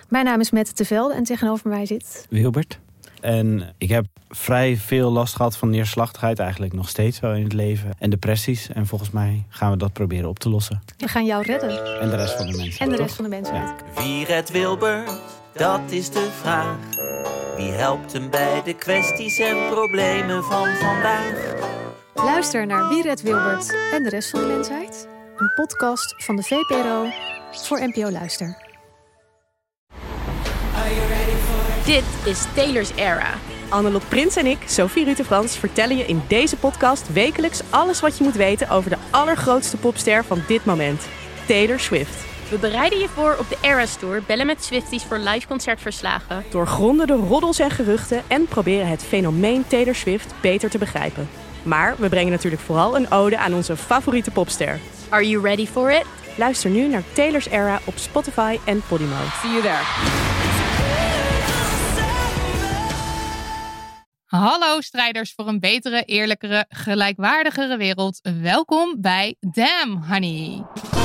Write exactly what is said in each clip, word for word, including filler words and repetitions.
Mijn naam is Mette Tevelde en tegenover mij zit... Wilbert. En ik heb vrij veel last gehad van neerslachtigheid, eigenlijk nog steeds wel in het leven. En depressies. En volgens mij gaan we dat proberen op te lossen. We gaan jou redden. En de rest van de mensen. En de toch? rest van de mensen. Ja. Wie redt Wilbert? Dat is de vraag. Wie helpt hem bij de kwesties en problemen van vandaag? Luister naar Wie redt Wilbert en de rest van de mensheid. Een podcast van de V P R O voor N P O Luister. Dit is Taylor's Era. Annelot Prins en ik, Sophie Rutte-Frans, vertellen je in deze podcast wekelijks alles wat je moet weten over de allergrootste popster van dit moment, Taylor Swift. We bereiden je voor op de Eras Tour, bellen met Swifties voor live concertverslagen. Doorgronden de roddels en geruchten en proberen het fenomeen Taylor Swift beter te begrijpen. Maar we brengen natuurlijk vooral een ode aan onze favoriete popster. Are you ready for it? Luister nu naar Taylor's Era op Spotify en Podimo. See you there. Hallo strijders voor een betere, eerlijkere, gelijkwaardigere wereld. Welkom bij Damn Honey.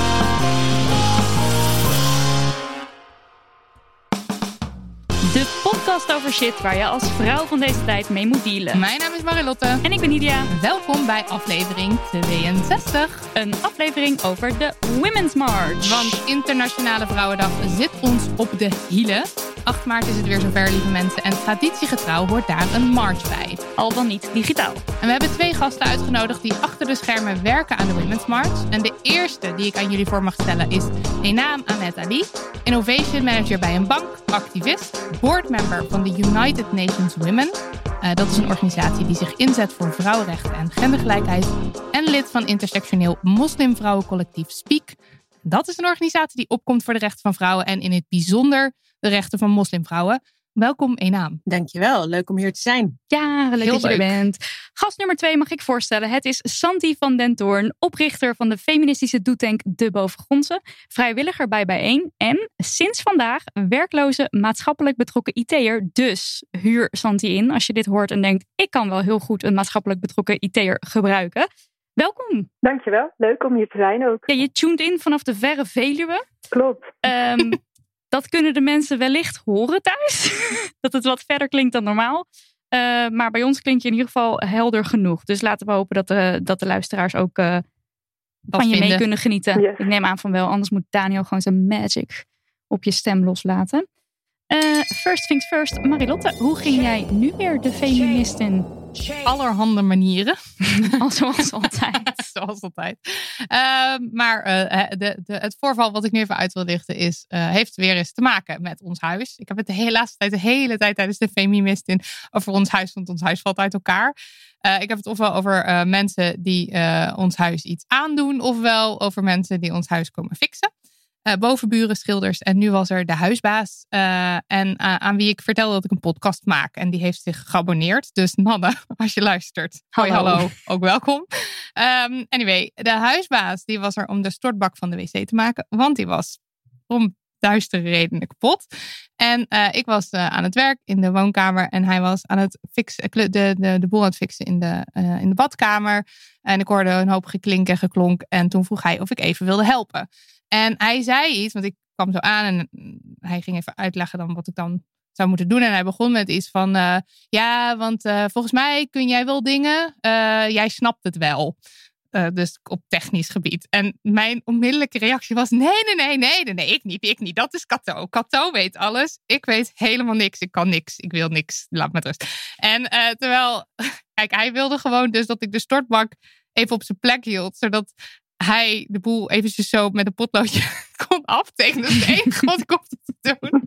De podcast over shit waar je als vrouw van deze tijd mee moet dealen. Mijn naam is Marilotte. En ik ben Nidia. Welkom bij aflevering tweeënzestig. Een aflevering over de Women's March. Want Internationale Vrouwendag zit ons op de hielen. acht maart is het weer zover, lieve mensen. En traditiegetrouw hoort daar een march bij. Al dan niet digitaal. En we hebben twee gasten uitgenodigd die achter de schermen werken aan de Women's March. En de eerste die ik aan jullie voor mag stellen is Enam Ahmed Ali. Innovation Manager bij een bank, activist, boardmember van de United Nations Women. Uh, dat is een organisatie die zich inzet voor vrouwenrechten en gendergelijkheid. En lid van intersectioneel moslimvrouwencollectief Speak. Dat is een organisatie die opkomt voor de rechten van vrouwen en in het bijzonder de rechten van moslimvrouwen. Welkom Enam. Dankjewel, leuk om hier te zijn. Ja, leuk Heel dat je er leuk. bent. Gast nummer twee mag ik voorstellen. Het is Santi van den Toorn, oprichter van de feministische doetank De Bovengrondse, vrijwilliger bij Bijeen en sinds vandaag werkloze maatschappelijk betrokken I T'er. Dus huur Santi in als je dit hoort en denkt, ik kan wel heel goed een maatschappelijk betrokken I T'er gebruiken. Welkom. Dankjewel, leuk om hier te zijn ook. Ja, je tuned in vanaf de verre Veluwe. Klopt. Um, dat kunnen de mensen wellicht horen thuis. Dat het wat verder klinkt dan normaal. Uh, maar bij ons klinkt je in ieder geval helder genoeg. Dus laten we hopen dat de, dat de luisteraars ook uh, van je vinden. mee kunnen genieten. Yes. Ik neem aan van wel, anders moet Daniel gewoon zijn magic op je stem loslaten. Uh, first things first, Marilotte, hoe ging jij nu weer de feministin? Allerhande manieren. Al zoals altijd. Zoals altijd. Uh, maar uh, de, de, het voorval wat ik nu even uit wil lichten is, uh, heeft weer eens te maken met ons huis. Ik heb het de hele laatste tijd, de hele tijd tijdens de feministin over ons huis, want ons huis valt uit elkaar. Uh, ik heb het ofwel over uh, mensen die uh, ons huis iets aandoen, ofwel over mensen die ons huis komen fixen. Uh, bovenburen, schilders en nu was er de huisbaas. Uh, en uh, aan wie ik vertelde dat ik een podcast maak. En die heeft zich geabonneerd. Dus Nanne, als je luistert. Hoi, Hallo. hallo. Ook welkom. Um, anyway, de huisbaas die was er om de stortbak van de wc te maken. Want die was om duistere redenen kapot. En uh, ik was uh, aan het werk in de woonkamer. En hij was aan het fixen, de, de, de boel aan het fixen in de, uh, in de badkamer. En ik hoorde een hoop geklink en geklonk. En toen vroeg hij of ik even wilde helpen. En hij zei iets, want ik kwam zo aan en hij ging even uitleggen dan wat ik dan zou moeten doen. En hij begon met iets van, uh, ja, want uh, volgens mij kun jij wel dingen. Uh, jij snapt het wel. Uh, dus op technisch gebied. En mijn onmiddellijke reactie was, nee, nee, nee, nee, nee, nee, ik niet, ik niet. Dat is Cato. Cato weet alles. Ik weet helemaal niks. Ik kan niks. Ik wil niks. Laat me met rust. En uh, terwijl, kijk, hij wilde gewoon dus dat ik de stortbak even op zijn plek hield, zodat hij de boel eventjes zo met een potloodje kon aftekenen. Dat is het enige wat ik hoefde te doen.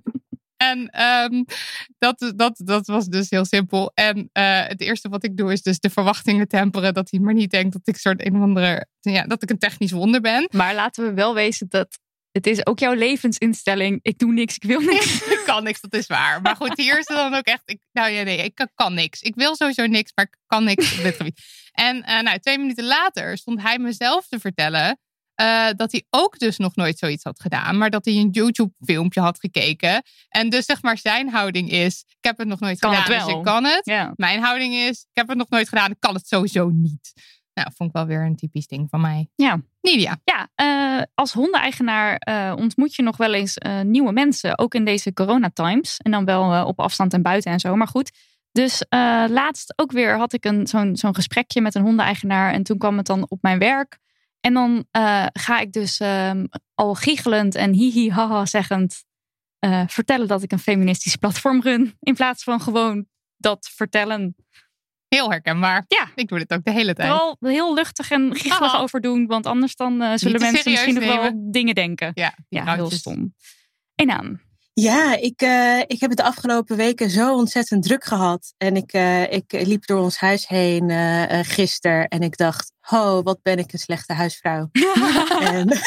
En um, dat, dat, dat was dus heel simpel. En uh, het eerste wat ik doe is dus de verwachtingen temperen. Dat hij maar niet denkt dat ik soort een of andere, ja, dat ik een technisch wonder ben. Maar laten we wel wezen dat het is ook jouw levensinstelling. Ik doe niks, ik wil niks. Ik kan niks, dat is waar. Maar goed, hier is het dan ook echt, ik, nou ja, nee, ik kan, kan niks. Ik wil sowieso niks, maar ik kan niks op dit gebied. En uh, nou, twee minuten later stond hij mezelf te vertellen Uh, dat hij ook dus nog nooit zoiets had gedaan. Maar dat hij een YouTube filmpje had gekeken. En dus zeg maar zijn houding is, ik heb het nog nooit kan gedaan, het wel. dus ik kan het. Ja. Mijn houding is, ik heb het nog nooit gedaan, ik kan het sowieso niet. Nou, vond ik wel weer een typisch ding van mij. Ja. Nidia. Ja, uh, als hondeneigenaar uh, ontmoet je nog wel eens uh, nieuwe mensen. Ook in deze coronatimes. En dan wel uh, op afstand en buiten en zo. Maar goed. Dus uh, laatst ook weer had ik een, zo'n, zo'n gesprekje met een hondeneigenaar. En toen kwam het dan op mijn werk. En dan uh, ga ik dus uh, al giechelend en hihi haha zeggend uh, vertellen dat ik een feministisch platform run. In plaats van gewoon dat vertellen. Heel herkenbaar. Ja. Ik doe dit ook de hele tijd. Vooral heel luchtig en giechelig oh. over doen. Want anders dan uh, zullen mensen misschien nog wel dingen denken. Ja, ja heel stom. En aan. Ja, ik, uh, ik heb het de afgelopen weken zo ontzettend druk gehad. En ik, uh, ik liep door ons huis heen uh, uh, gisteren. En ik dacht, oh, wat ben ik een slechte huisvrouw. en...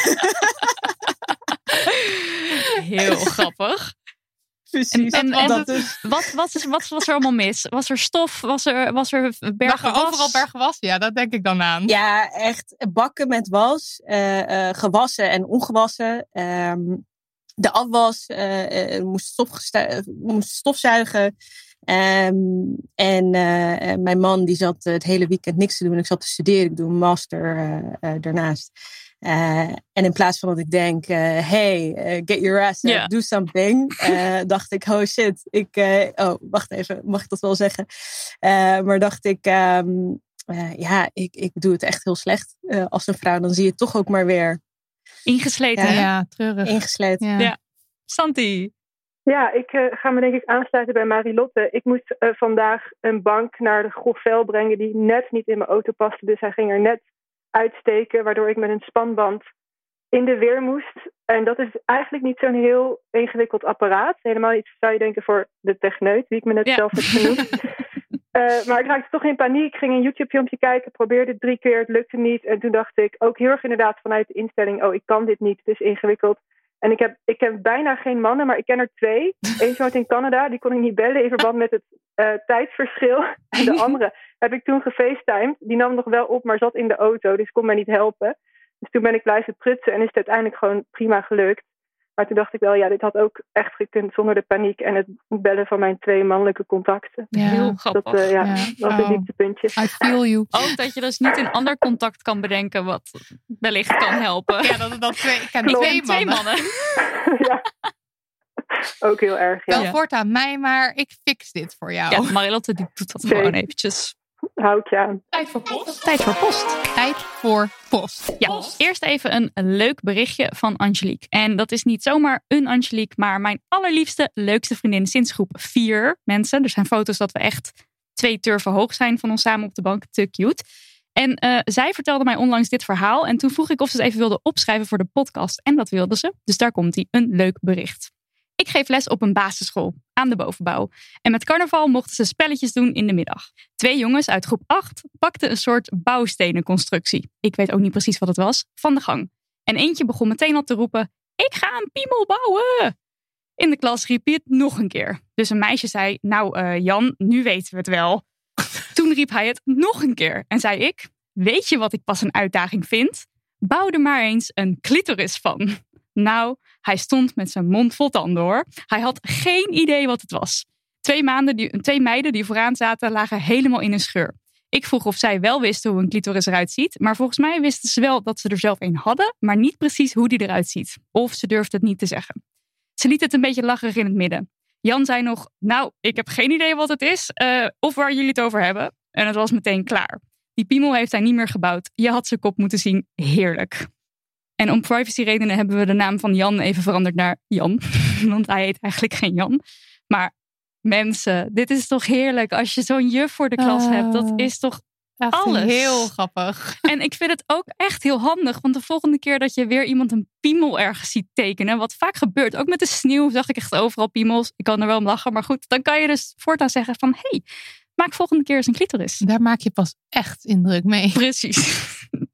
Heel grappig. Precies. En, en, en dat is... wat, wat, is, wat was er allemaal mis? Was er stof? Was er, was er bergen was? Overal bergen was? Ja, dat denk ik dan aan. Ja, echt bakken met was. Uh, uh, gewassen en ongewassen. Um, de afwas uh, uh, moest, stofgestu- moest stofzuigen. Um, en uh, mijn man die zat het hele weekend niks te doen. Ik zat te studeren. Ik doe een master uh, uh, daarnaast. Uh, en in plaats van dat ik denk, uh, hey, uh, get your ass up, yeah. do something. Uh, dacht ik, oh shit. Ik, uh, oh, wacht even, mag ik dat wel zeggen? Uh, maar dacht ik, um, uh, ja, ik, ik doe het echt heel slecht uh, als een vrouw. Dan zie je toch ook maar weer... Ingesleten. Ja, ja treurig. Ingesleten. Ja. ja. Santi. Ja, ik uh, ga me denk ik aansluiten bij Marilotte. Ik moest uh, vandaag een bank naar de grof vel brengen die net niet in mijn auto paste. Dus hij ging er net uitsteken, waardoor ik met een spanband in de weer moest. En dat is eigenlijk niet zo'n heel ingewikkeld apparaat. Helemaal iets zou je denken voor de techneut, wie ik me net ja. zelf heb genoemd. uh, maar ik raakte toch in paniek, ging een YouTube-filmpje kijken, probeerde het drie keer, het lukte niet. En toen dacht ik ook heel erg inderdaad vanuit de instelling, oh, ik kan dit niet, het is ingewikkeld. En ik heb, ik heb bijna geen mannen, maar ik ken er twee. Eentje woont in Canada, die kon ik niet bellen in verband met het uh, tijdsverschil. En de andere heb ik toen gefacetimed. Die nam nog wel op, maar zat in de auto, dus kon mij niet helpen. Dus toen ben ik blijven prutsen en is het uiteindelijk gewoon prima gelukt. Maar toen dacht ik wel, ja, dit had ook echt gekund zonder de paniek en het bellen van mijn twee mannelijke contacten. Ja, heel grappig. Dat uh, ja, ja. was een oh. dieptepuntje. I feel you. Ook dat je dus niet een ander contact kan bedenken wat wellicht kan helpen. Ja, dat, dat twee, ik ken ik twee, twee mannen. mannen. Ja. Ook heel erg, ja. Wel voortaan mij, maar ik fix dit voor jou. Ja, Marilotte die doet dat okay. gewoon eventjes. Houd je aan. Tijd voor post. Tijd voor post. Tijd voor post. Ja, post. Eerst even een leuk berichtje van Angelique. En dat is niet zomaar een Angelique, maar mijn allerliefste, leukste vriendin sinds groep vier mensen. Er zijn foto's dat we echt twee turven hoog zijn van ons samen op de bank. Te cute. En uh, zij vertelde mij onlangs dit verhaal. En toen vroeg ik of ze het even wilde opschrijven voor de podcast. En dat wilde ze. Dus daar komt ie. Een leuk bericht. Ik geef les op een basisschool aan de bovenbouw. En met carnaval mochten ze spelletjes doen in de middag. Twee jongens uit groep acht pakten een soort bouwstenenconstructie. Ik weet ook niet precies wat het was, van de gang. En eentje begon meteen al te roepen, ik ga een piemel bouwen. In de klas riep hij het nog een keer. Dus een meisje zei, nou uh, Jan, nu weten we het wel. Toen riep hij het nog een keer. En zei ik, weet je wat ik pas een uitdaging vind? Bouw er maar eens een clitoris van. Nou, hij stond met zijn mond vol tanden hoor. Hij had geen idee wat het was. Twee, maanden die, twee meiden die vooraan zaten lagen helemaal in een scheur. Ik vroeg of zij wel wisten hoe een clitoris eruit ziet. Maar volgens mij wisten ze wel dat ze er zelf een hadden. Maar niet precies hoe die eruit ziet. Of ze durfden het niet te zeggen. Ze liet het een beetje lacherig in het midden. Jan zei nog, nou, ik heb geen idee wat het is. Uh, of waar jullie het over hebben. En het was meteen klaar. Die piemel heeft hij niet meer gebouwd. Je had zijn kop moeten zien. Heerlijk. En om privacyredenen hebben we de naam van Jan even veranderd naar Jan. Want hij heet eigenlijk geen Jan. Maar mensen, dit is toch heerlijk als je zo'n juf voor de klas uh, hebt. Dat is toch echt alles. Heel grappig. En ik vind het ook echt heel handig. Want de volgende keer dat je weer iemand een piemel ergens ziet tekenen. Wat vaak gebeurt. Ook met de sneeuw zag ik echt overal piemels. Ik kan er wel om lachen. Maar goed, dan kan je dus voortaan zeggen van... Hey, maak volgende keer eens een clitoris. Daar maak je pas echt indruk mee. Precies.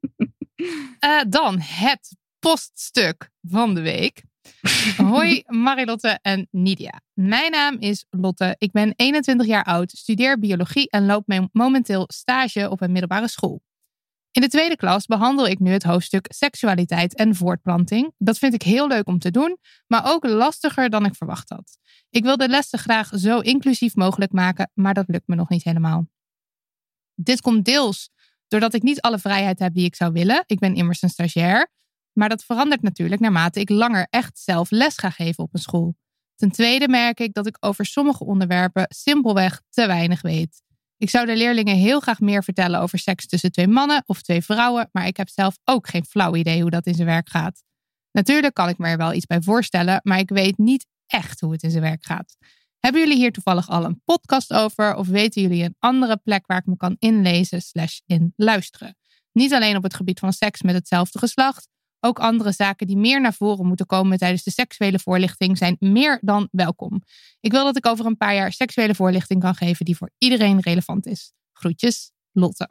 Uh, dan het poststuk van de week. Hoi Marilotte en Nidia. Mijn naam is Lotte. Ik ben eenentwintig jaar oud, studeer biologie en loop momenteel stage op een middelbare school. In de tweede klas behandel ik nu het hoofdstuk seksualiteit en voortplanting. Dat vind ik heel leuk om te doen, maar ook lastiger dan ik verwacht had. Ik wil de lessen graag zo inclusief mogelijk maken, maar dat lukt me nog niet helemaal. Dit komt deels Doordat ik niet alle vrijheid heb die ik zou willen. Ik ben immers een stagiair. Maar dat verandert natuurlijk naarmate ik langer echt zelf les ga geven op een school. Ten tweede merk ik dat ik over sommige onderwerpen simpelweg te weinig weet. Ik zou de leerlingen heel graag meer vertellen over seks tussen twee mannen of twee vrouwen, maar ik heb zelf ook geen flauw idee hoe dat in zijn werk gaat. Natuurlijk kan ik me er wel iets bij voorstellen, maar ik weet niet echt hoe het in zijn werk gaat. Hebben jullie hier toevallig al een podcast over of weten jullie een andere plek waar ik me kan inlezen slash in luisteren? Niet alleen op het gebied van seks met hetzelfde geslacht, ook andere zaken die meer naar voren moeten komen tijdens de seksuele voorlichting zijn meer dan welkom. Ik wil dat ik over een paar jaar seksuele voorlichting kan geven die voor iedereen relevant is. Groetjes, Lotte.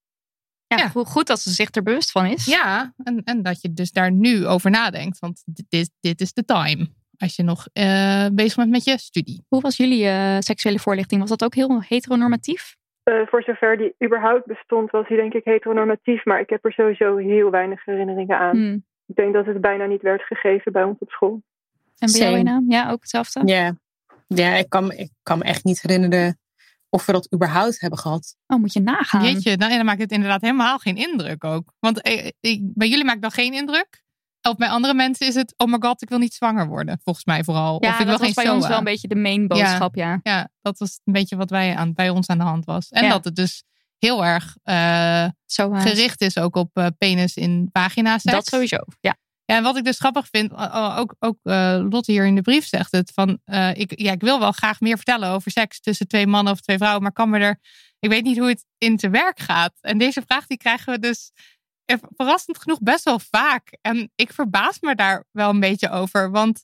Ja, ja. Goed dat ze zich er bewust van is. Ja, en, en dat je dus daar nu over nadenkt. Want dit is, dit is de time. Als je nog uh, bezig bent met je studie. Hoe was jullie uh, seksuele voorlichting? Was dat ook heel heteronormatief? Uh, voor zover die überhaupt bestond, was die denk ik heteronormatief. Maar ik heb er sowieso heel weinig herinneringen aan. Hmm. Ik denk dat het bijna niet werd gegeven bij ons op school. En bij jou, Ina? Ja, ook hetzelfde? Ja, ja ik, kan, ik kan me echt niet herinneren of we dat überhaupt hebben gehad. Oh, moet je nagaan. Jeetje, nou, dan maakt het inderdaad helemaal geen indruk ook. Want eh, ik, bij jullie maakt dat geen indruk. Of bij andere mensen is het, oh my god, ik wil niet zwanger worden. Volgens mij vooral. Ja, of ik dat wil was geen bij ons S O A. wel een beetje de main boodschap, ja. Ja, ja dat was een beetje wat wij aan, bij ons aan de hand was. En ja. dat het dus heel erg uh, gericht is ook op uh, penis in vagina seks. Dat sowieso, ja. Ja, en wat ik dus grappig vind, ook, ook uh, Lotte hier in de brief zegt het, van uh, ik, ja, ik wil wel graag meer vertellen over seks tussen twee mannen of twee vrouwen, maar kan me er, ik weet niet hoe het in te werk gaat. En deze vraag die krijgen we dus verrassend genoeg best wel vaak. En ik verbaas me daar wel een beetje over, want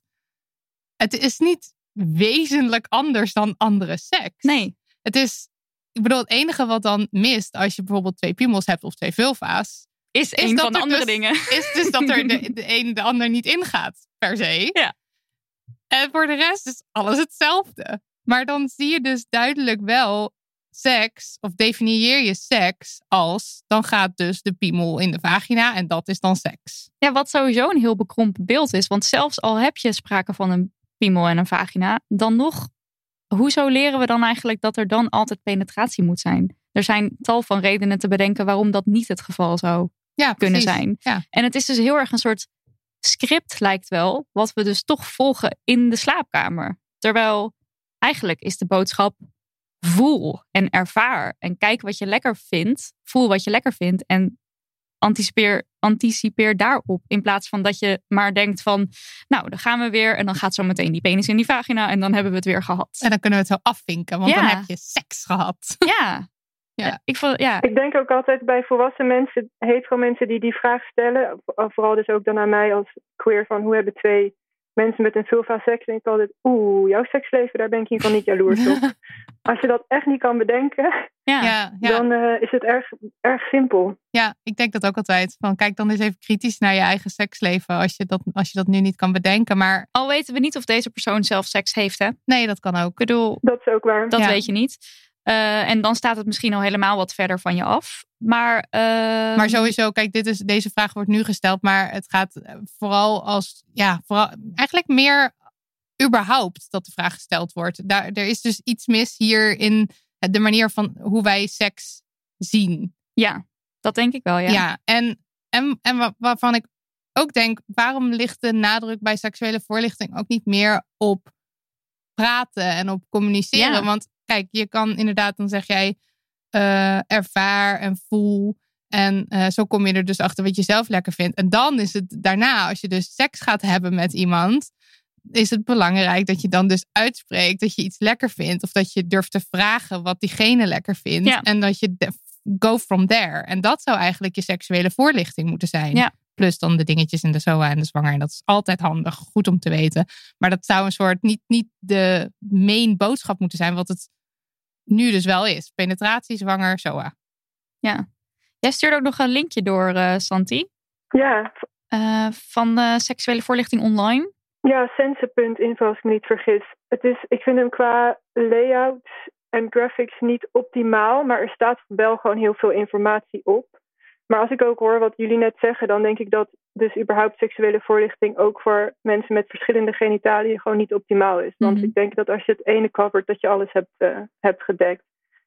het is niet wezenlijk anders dan andere seks. Nee. Het is, ik bedoel, het enige wat dan mist als je bijvoorbeeld twee piemels hebt of twee vulva's, Is, is een van de andere dus, dingen. Is dus dat er de, de een de ander niet ingaat, per se. Ja. En voor de rest is alles hetzelfde. Maar dan zie je dus duidelijk wel seks, of definieer je seks als, dan gaat dus de piemel in de vagina en dat is dan seks. Ja, wat sowieso een heel bekrompen beeld is. Want zelfs al heb je sprake van een piemel en een vagina, dan nog, hoezo leren we dan eigenlijk dat er dan altijd penetratie moet zijn? Er zijn tal van redenen te bedenken waarom dat niet het geval zou ja, kunnen precies. zijn. Ja. En het is dus heel erg een soort script, lijkt wel, wat we dus toch volgen in de slaapkamer. Terwijl eigenlijk is de boodschap, voel en ervaar en kijk wat je lekker vindt. Voel wat je lekker vindt en anticipeer, anticipeer daarop. In plaats van dat je maar denkt van, nou, dan gaan we weer en dan gaat zo meteen die penis in die vagina en dan hebben we het weer gehad. En dan kunnen we het zo afvinken, want ja. dan heb je seks gehad. Ja. Ja. Ik, vond, ja. ik denk ook altijd bij volwassen mensen, hetero mensen die die vraag stellen, vooral dus ook dan aan mij als queer, van hoe hebben twee mensen met een vulva seks, denk ik altijd, oeh, jouw seksleven, daar ben ik in ieder geval niet jaloers op. Als je dat echt niet kan bedenken, ja, ja. dan uh, is het erg, erg simpel. Ja, ik denk dat ook altijd. Van, kijk dan eens even kritisch naar je eigen seksleven als je dat, als je dat nu niet kan bedenken. Maar al weten we niet of deze persoon zelf seks heeft, hè? Nee, dat kan ook. Ik bedoel, dat is ook waar. Dat ja. weet je niet. Uh, en dan staat het misschien al helemaal wat verder van je af. Maar, uh... maar sowieso, kijk, dit is, deze vraag wordt nu gesteld. Maar het gaat vooral als, ja, vooral, eigenlijk meer überhaupt dat de vraag gesteld wordt. Daar, er is dus iets mis hier in de manier van hoe wij seks zien. Ja, dat denk ik wel, ja. Ja, en, en, en waarvan ik ook denk, waarom ligt de nadruk bij seksuele voorlichting ook niet meer op praten en op communiceren? Ja. Want kijk, je kan inderdaad, dan zeg jij uh, ervaar en voel. En uh, zo kom je er dus achter wat je zelf lekker vindt. En dan is het daarna, als je dus seks gaat hebben met iemand, is het belangrijk dat je dan dus uitspreekt dat je iets lekker vindt. Of dat je durft te vragen wat diegene lekker vindt. Ja. En dat je de, go from there. En dat zou eigenlijk je seksuele voorlichting moeten zijn. Ja. Plus dan de dingetjes in de S O A en de zwanger. En dat is altijd handig, goed om te weten. Maar dat zou een soort niet, niet de main boodschap moeten zijn, wat het nu dus wel is. Penetratie, zwanger, S O A. Ja. Jij stuurde ook nog een linkje door, uh, Santi. Ja. Uh, van de seksuele voorlichting online. Ja, sense punt info als ik me niet vergis. Het is, ik vind hem qua layout en graphics niet optimaal, maar er staat wel gewoon heel veel informatie op. Maar als ik ook hoor wat jullie net zeggen, dan denk ik dat dus überhaupt seksuele voorlichting ook voor mensen met verschillende genitaliën gewoon niet optimaal is. Want Mm-hmm. ik denk dat als je het ene covert, dat je alles hebt, uh, hebt gedekt.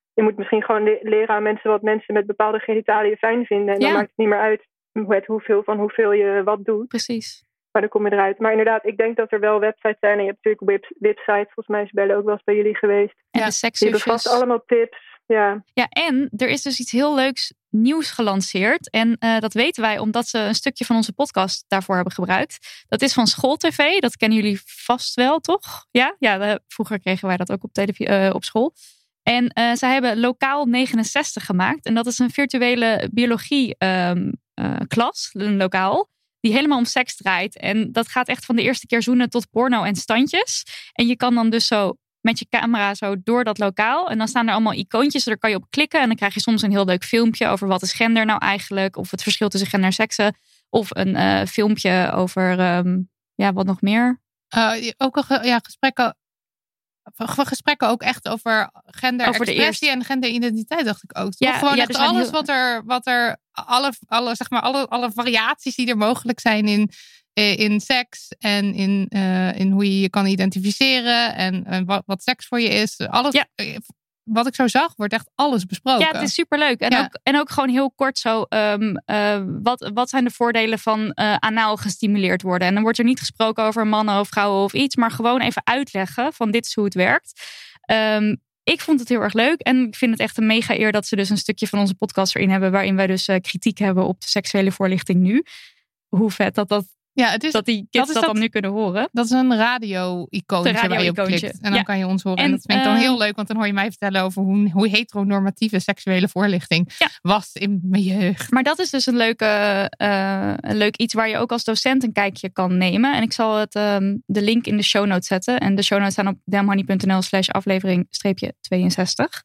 je moet misschien gewoon le- leren aan mensen wat mensen met bepaalde genitaliën fijn vinden. En Ja. dan maakt het niet meer uit met hoeveel van hoeveel je wat doet. Precies. Maar dan kom je eruit. Maar inderdaad, ik denk dat er wel websites zijn. En je hebt natuurlijk web- websites. Volgens mij is Belle ook wel eens bij jullie geweest. En Ja. de Die hebben vast seksjusjes. allemaal tips. Ja. Ja, en er is dus iets heel leuks nieuws gelanceerd. En uh, dat weten wij omdat ze een stukje van onze podcast daarvoor hebben gebruikt. Dat is van SchoolTV. Dat kennen jullie vast wel, toch? Ja, ja de, vroeger kregen wij dat ook op, televisie, uh, op school. En uh, zij hebben Lokaal negenenzestig gemaakt. En dat is een virtuele biologie um, uh, klas, een lokaal. Die helemaal om seks draait. En dat gaat echt van de eerste keer zoenen tot porno en standjes. En je kan dan dus zo met je camera zo door dat lokaal. En dan staan er allemaal icoontjes. Daar kan je op klikken. En dan krijg je soms een heel leuk filmpje over wat is gender nou eigenlijk. Of het verschil tussen gender en seksen. Of een uh, filmpje over, um, ja, wat nog meer? Uh, ook een ge- ja, gesprekken, gesprekken ook echt over genderexpressie en genderidentiteit, dacht ik ook. Ja, Toch gewoon ja, echt er zijn alles heel... wat er, wat er alle, alle, zeg maar, alle, alle variaties die er mogelijk zijn in, in seks en in, uh, in hoe je je kan identificeren en, en wat, wat seks voor je is. Alles, ja. Wat ik zo zag, wordt echt alles besproken. Ja, het is superleuk. En, ja. ook, en ook gewoon heel kort zo, um, uh, wat, wat zijn de voordelen van uh, anaal gestimuleerd worden? En dan wordt er niet gesproken over mannen of vrouwen of iets, maar gewoon even uitleggen van dit is hoe het werkt. Um, ik vond het heel erg leuk en ik vind het echt een mega eer dat ze dus een stukje van onze podcast erin hebben, waarin wij dus uh, kritiek hebben op de seksuele voorlichting nu. Hoe vet dat dat Ja, het is, dat die kids dat, dat, dat dan nu kunnen horen. Dat is een radio-icoontje radio waar je op klikt. En dan ja. kan je ons horen. En, en dat vind ik dan uh, heel leuk. Want dan hoor je mij vertellen over hoe, hoe heteronormatieve seksuele voorlichting ja. was in mijn jeugd. Maar dat is dus een, leuke, uh, een leuk iets waar je ook als docent een kijkje kan nemen. En ik zal het, um, de link in de show notes zetten. En de show notes staan op damhoney.nl slash aflevering streepje tweeënzestig.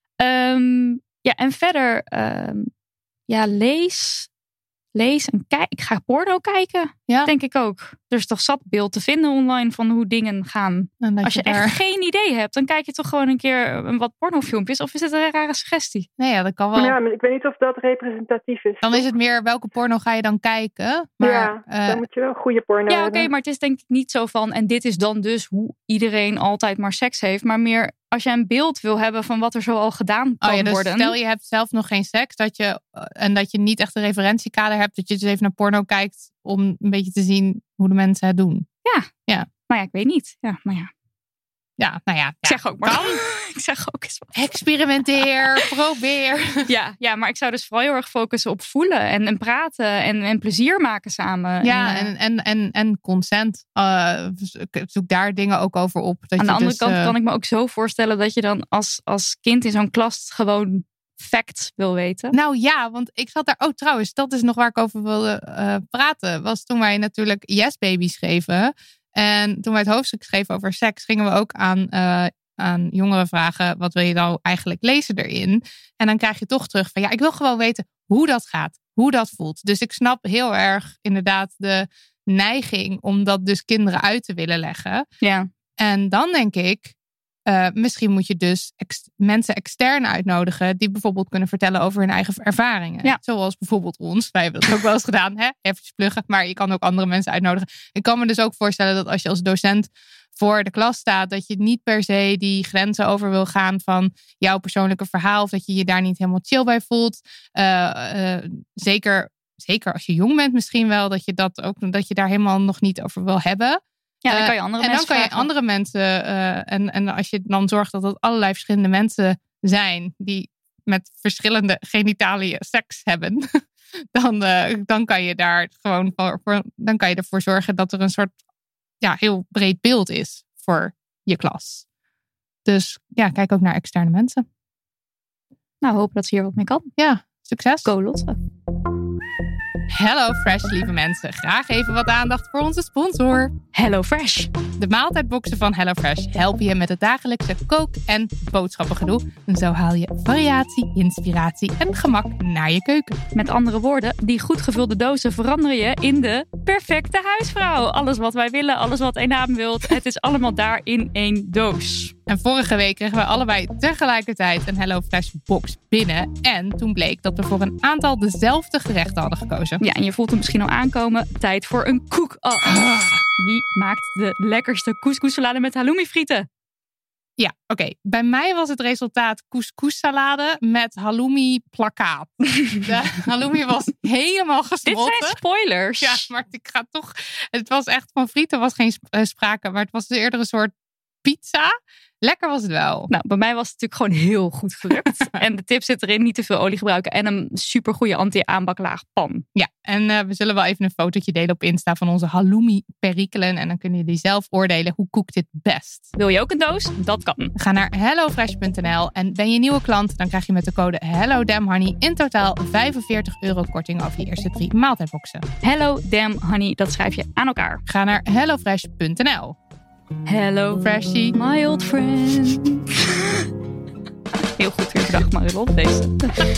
Um, ja, en verder, um, ja, lees... Lees en kijk. Ik ga porno kijken. Ja. Denk ik ook. Er is toch zat beeld te vinden online van hoe dingen gaan. Als je, je daar... echt geen idee hebt, dan kijk je toch gewoon een keer wat pornofilmpjes. Of is het een rare suggestie? Nee, ja, dat kan wel. Ja, maar ik weet niet of dat representatief is. Dan is het meer welke porno ga je dan kijken. Maar, ja, uh... dan moet je wel goede porno Ja, oké, okay, maar het is denk ik niet zo van. En dit is dan dus hoe iedereen altijd maar seks heeft. Maar meer als je een beeld wil hebben van wat er zo al gedaan kan oh ja, dus worden. Stel je hebt zelf nog geen seks. Dat je, en dat je niet echt een referentiekader hebt. Dat je dus even naar porno kijkt. Om een beetje te zien hoe de mensen het doen. Ja, ja. Maar ja, ik weet niet. Ja, maar ja. Ja, nou ja. ja. Ik zeg ook maar. ik zeg ook eens wat. Experimenteer, probeer. Ja, ja, maar ik zou dus vooral heel erg focussen op voelen. En, en praten. En, en plezier maken samen. Ja, en, en, en, en, en consent. Uh, zoek daar dingen ook over op. Dat aan je de andere dus, kant uh... kan ik me ook zo voorstellen. Dat je dan als, als kind in zo'n klas gewoon facts wil weten. Nou ja, want ik zat daar... Oh, trouwens, dat is nog waar ik over wilde uh, praten. Was toen wij natuurlijk Yes Baby schreven. En toen wij het hoofdstuk schreven over seks, gingen we ook aan, uh, aan jongeren vragen, wat wil je nou eigenlijk lezen erin? En dan krijg je toch terug van, ja, ik wil gewoon weten hoe dat gaat. Hoe dat voelt. Dus ik snap heel erg inderdaad de neiging om dat dus kinderen uit te willen leggen. Ja. En dan denk ik, Uh, misschien moet je dus ex- mensen extern uitnodigen die bijvoorbeeld kunnen vertellen over hun eigen ervaringen. Ja. Zoals bijvoorbeeld ons. Wij hebben dat ook wel eens gedaan. Hè? Even pluggen. Maar je kan ook andere mensen uitnodigen. Ik kan me dus ook voorstellen dat als je als docent voor de klas staat, dat je niet per se die grenzen over wil gaan van jouw persoonlijke verhaal. Of dat je je daar niet helemaal chill bij voelt. Uh, uh, zeker, zeker als je jong bent misschien wel. Dat je, dat, ook, dat je daar helemaal nog niet over wil hebben. Ja, dan kan je andere uh, mensen En dan kan je vragen. andere mensen... Uh, en, en als je dan zorgt dat het allerlei verschillende mensen zijn die met verschillende genitaliën seks hebben, dan, uh, dan kan je daar gewoon voor, voor, dan kan je ervoor zorgen dat er een soort ja, heel breed beeld is voor je klas. Dus ja, kijk ook naar externe mensen. Nou, hopen dat ze hier wat mee kan. Ja, succes. Go Lotte. Hello Fresh, lieve mensen. Graag even wat aandacht voor onze sponsor. Hello Fresh. De maaltijdboxen van Hello Fresh helpen je met het dagelijkse kook- en boodschappengedoe. En zo haal je variatie, inspiratie en gemak naar je keuken. Met andere woorden, die goed gevulde dozen veranderen je in de perfecte huisvrouw. Alles wat wij willen, alles wat een naam wilt. Het is allemaal daar in één doos. En vorige week kregen we allebei tegelijkertijd een Hello Fresh box binnen. En toen bleek dat we voor een aantal dezelfde gerechten hadden gekozen. Ja, en je voelt hem misschien al aankomen. Tijd voor een koek. Oh, wie maakt de lekkerste couscous salade met halloumi frieten? Ja, oké. Okay. Bij mij was het resultaat couscous-salade met halloumi-plakkaat. De halloumi was helemaal gesmolten. Dit zijn spoilers. Ja, maar ik ga toch... Het was echt van frieten was geen sprake, maar het was eerder een soort pizza. Lekker was het wel. Nou, bij mij was het natuurlijk gewoon heel goed gelukt. En de tip zit erin, niet te veel olie gebruiken en een supergoeie anti-aanbaklaag pan. Ja, en uh, we zullen wel even een fotootje delen op Insta van onze halloumi perikelen. En dan kunnen jullie zelf oordelen hoe kookt dit best. Wil je ook een doos? Dat kan. Ga naar hellofresh punt n l en ben je nieuwe klant, dan krijg je met de code HelloDamnHoney in totaal vijfenveertig euro korting over je eerste drie maaltijdboxen. Hello Damn Honey, dat schrijf je aan elkaar. Ga naar hellofresh punt n l. Hello Freshie, my old friend. Heel goed weer bedacht, Marilot, deze.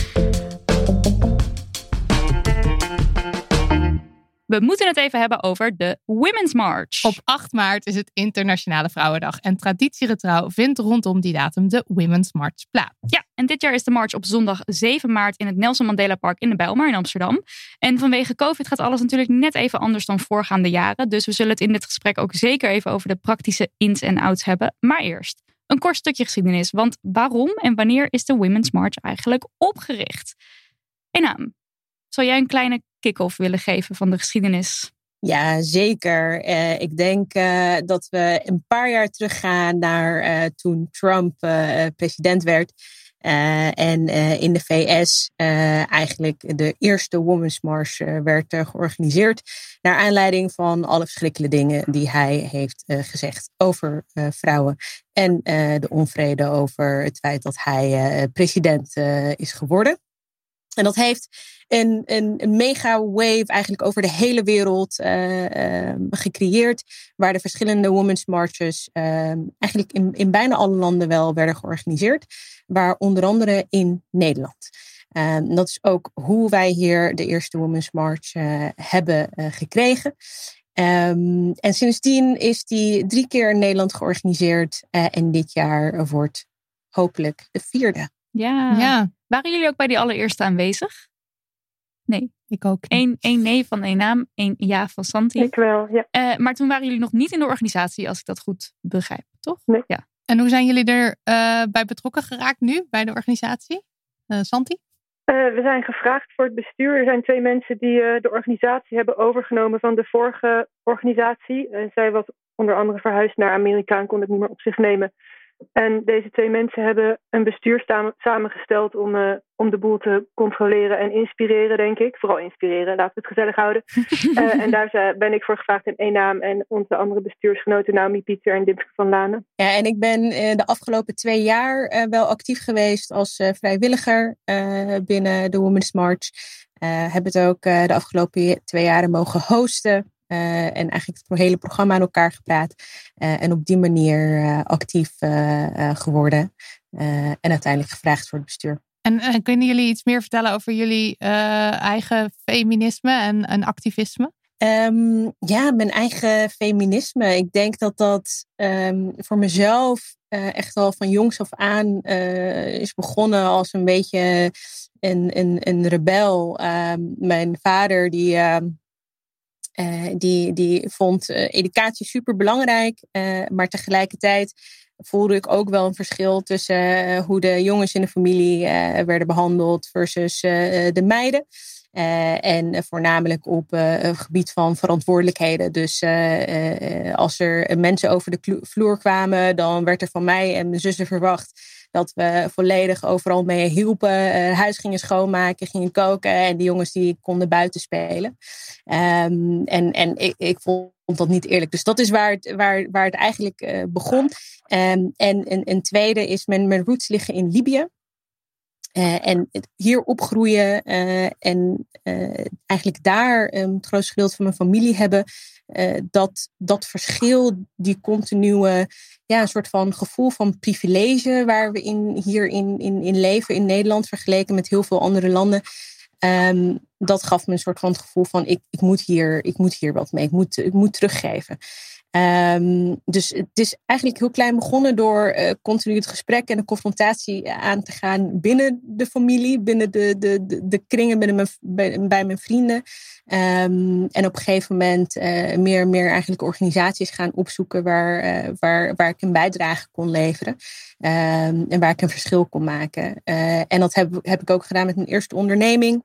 We moeten het even hebben over de Women's March. Op acht maart is het Internationale Vrouwendag. En traditiegetrouw vindt rondom die datum de Women's March plaats. Ja, en dit jaar is de march op zondag zeven maart in het Nelson Mandela Park in de Bijlmer in Amsterdam. En vanwege COVID gaat alles natuurlijk net even anders dan voorgaande jaren. Dus we zullen het in dit gesprek ook zeker even over de praktische ins en outs hebben. Maar eerst een kort stukje geschiedenis. Want waarom en wanneer is de Women's March eigenlijk opgericht? Enaam, zal jij een kleine kick-off willen geven van de geschiedenis? Ja, zeker. Uh, ik denk uh, dat we een paar jaar teruggaan naar uh, toen Trump uh, president werd. Uh, en uh, in de V S uh, eigenlijk de eerste Women's March uh, werd uh, georganiseerd. Naar aanleiding van alle verschrikkelijke dingen die hij heeft uh, gezegd over uh, vrouwen. En uh, de onvrede over het feit dat hij uh, president uh, is geworden. En dat heeft een, een, een mega wave eigenlijk over de hele wereld uh, uh, gecreëerd. Waar de verschillende Women's Marches uh, eigenlijk in, in bijna alle landen wel werden georganiseerd. Waar onder andere in Nederland. Uh, dat is ook hoe wij hier de eerste Women's March uh, hebben uh, gekregen. Um, en sindsdien is die drie keer in Nederland georganiseerd. Uh, en dit jaar wordt hopelijk de vierde. Ja. ja. Waren jullie ook bij die allereerste aanwezig? Nee. Ik ook. Eén, één nee van Enaam, één ja van Santi. Ik wel, ja. Uh, maar toen waren jullie nog niet in de organisatie, als ik dat goed begrijp, toch? Nee. Ja. En hoe zijn jullie er uh, bij betrokken geraakt nu, bij de organisatie? Uh, Santi? Uh, we zijn gevraagd voor het bestuur. Er zijn twee mensen die uh, de organisatie hebben overgenomen van de vorige organisatie. Uh, zij was onder andere verhuisd naar Amerika en kon het niet meer op zich nemen. En deze twee mensen hebben een bestuur samengesteld om, uh, om de boel te controleren en inspireren, denk ik. Vooral inspireren, laten we het gezellig houden. uh, en daar ben ik voor gevraagd in één naam en onze andere bestuursgenoten Naomi Pieter en Dimske van Lanen. Ja, en ik ben uh, de afgelopen twee jaar uh, wel actief geweest als uh, vrijwilliger uh, binnen de Women's March. Uh, heb het ook uh, de afgelopen twee jaren mogen hosten. Uh, en eigenlijk het hele programma aan elkaar gepraat. Uh, en op die manier uh, actief uh, uh, geworden. Uh, en uiteindelijk gevraagd voor het bestuur. En uh, kunnen jullie iets meer vertellen over jullie uh, eigen feminisme en, en activisme? Um, ja, mijn eigen feminisme. Ik denk dat dat um, voor mezelf uh, echt al van jongs af aan uh, is begonnen als een beetje een, een, een rebel. Um, mijn vader die... Uh, Uh, die, die vond uh, educatie super belangrijk, uh, maar tegelijkertijd voelde ik ook wel een verschil tussen uh, hoe de jongens in de familie uh, werden behandeld versus uh, de meiden. Uh, en uh, voornamelijk op uh, het gebied van verantwoordelijkheden. Dus uh, uh, als er mensen over de vloer kwamen, dan werd er van mij en mijn zussen verwacht dat we volledig overal mee hielpen. Uh, huis gingen schoonmaken, gingen koken. En die jongens die konden buiten spelen. Um, en en ik, ik vond dat niet eerlijk. Dus dat is waar het, waar, waar het eigenlijk uh, begon. Um, en een, een tweede is mijn, mijn roots liggen in Libië. Uh, en hier opgroeien uh, en uh, eigenlijk daar um, het grootste gedeelte van mijn familie hebben. Uh, dat, dat verschil, die continue, ja, een soort van gevoel van privilege waar we in, hier in, in, in leven in Nederland vergeleken met heel veel andere landen. Um, dat gaf me een soort van het gevoel van ik, ik, moet hier, ik moet hier wat mee, ik moet, ik moet teruggeven. Um, dus het is eigenlijk heel klein begonnen door uh, continu het gesprek en de confrontatie aan te gaan binnen de familie, binnen de, de, de, de kringen binnen mijn, bij, bij mijn vrienden. Um, en op een gegeven moment uh, meer en meer eigenlijk organisaties gaan opzoeken waar, uh, waar, waar ik een bijdrage kon leveren. Um, en waar ik een verschil kon maken. Uh, en dat heb, heb ik ook gedaan met mijn eerste onderneming.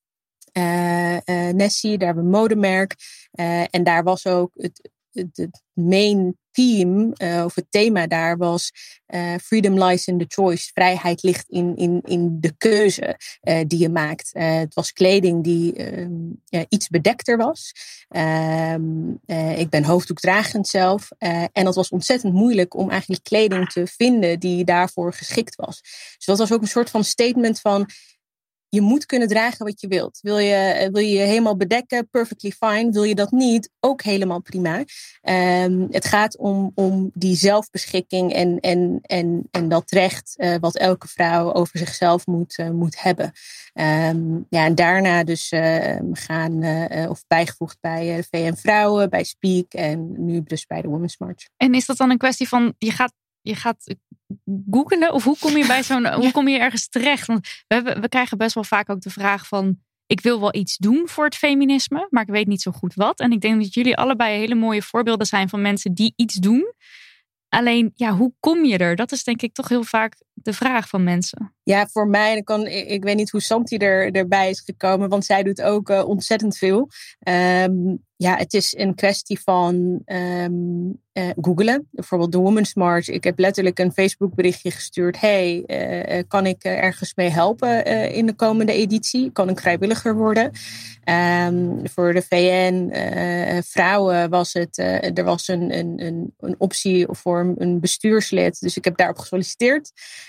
Uh, uh, Nessie, daar hebben we een modemerk. Uh, en daar was ook het, het, het main theme, uh, of het thema daar was uh, freedom lies in the choice. Vrijheid ligt in, in, in de keuze uh, die je maakt. Uh, het was kleding die uh, ja, iets bedekter was. Uh, uh, ik ben hoofddoekdragend zelf. Uh, en dat was ontzettend moeilijk om eigenlijk kleding te vinden die daarvoor geschikt was. Dus dat was ook een soort van statement van: je moet kunnen dragen wat je wilt. Wil je wil je, je helemaal bedekken? Perfectly fine. Wil je dat niet? Ook helemaal prima. Um, het gaat om, om die zelfbeschikking en, en, en, en dat recht uh, wat elke vrouw over zichzelf moet, uh, moet hebben. Um, ja, en daarna dus uh, gaan, uh, of bijgevoegd bij uh, V N Vrouwen, bij Speak en nu dus bij de Women's March. En is dat dan een kwestie van, je gaat Je gaat googelen? Of hoe kom je bij zo'n, hoe kom je ergens terecht? Want we, hebben, we krijgen best wel vaak ook de vraag van: ik wil wel iets doen voor het feminisme, maar ik weet niet zo goed wat. En ik denk dat jullie allebei hele mooie voorbeelden zijn van mensen die iets doen. Alleen, ja, hoe kom je er? Dat is denk ik toch heel vaak de vraag van mensen. Ja, voor mij, dan kan, ik, ik weet niet hoe Santi er, erbij is gekomen, want zij doet ook uh, ontzettend veel. Um, ja, het is een kwestie van um, uh, googlen. Bijvoorbeeld de Women's March. Ik heb letterlijk een Facebook berichtje gestuurd. Hey, uh, kan ik ergens mee helpen uh, in de komende editie? Kan ik vrijwilliger worden? Um, voor de V N uh, vrouwen was het, uh, er was een, een, een, een optie voor een bestuurslid. Dus ik heb daarop gesolliciteerd.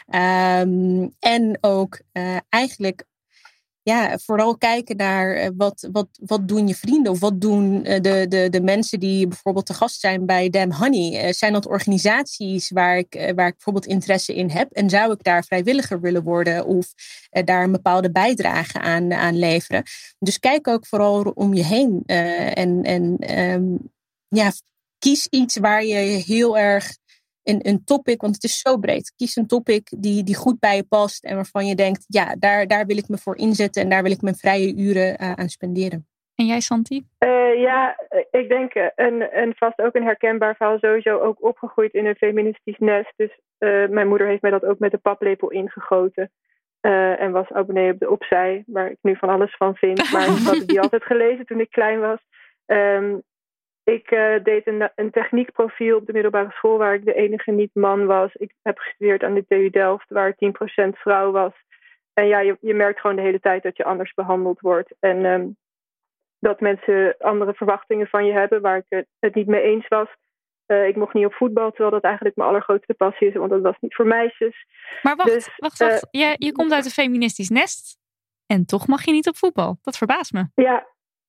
Um, en ook uh, eigenlijk ja, vooral kijken naar uh, wat, wat, wat doen je vrienden of wat doen uh, de, de, de mensen die bijvoorbeeld te gast zijn bij Damn Honey. Uh, zijn dat organisaties waar ik, uh, waar ik bijvoorbeeld interesse in heb en zou ik daar vrijwilliger willen worden of uh, daar een bepaalde bijdrage aan, aan leveren. Dus kijk ook vooral om je heen uh, en, en um, ja, kies iets waar je heel erg Een, een topic, want het is zo breed. Kies een topic die, die goed bij je past en waarvan je denkt, ja, daar, daar wil ik me voor inzetten en daar wil ik mijn vrije uren uh, aan spenderen. En jij, Santi? Uh, ja, ik denk een, en vast ook een herkenbaar verhaal, sowieso ook opgegroeid in een feministisch nest. Dus uh, mijn moeder heeft mij dat ook met de paplepel ingegoten. Uh, en was abonnee op de Opzij, waar ik nu van alles van vind. Maar ik had die altijd gelezen toen ik klein was. Um, Ik uh, deed een, een techniekprofiel op de middelbare school waar ik de enige niet-man was. Ik heb gestudeerd aan de T U Delft waar tien procent vrouw was. En ja, je, je merkt gewoon de hele tijd dat je anders behandeld wordt. En um, dat mensen andere verwachtingen van je hebben waar ik het, het niet mee eens was. Uh, ik mocht niet op voetbal, terwijl dat eigenlijk mijn allergrootste passie is. Want dat was niet voor meisjes. Maar wacht, dus, wacht, wacht. Uh, je, je komt uit een feministisch nest en toch mag je niet op voetbal. Dat verbaast me. Ja.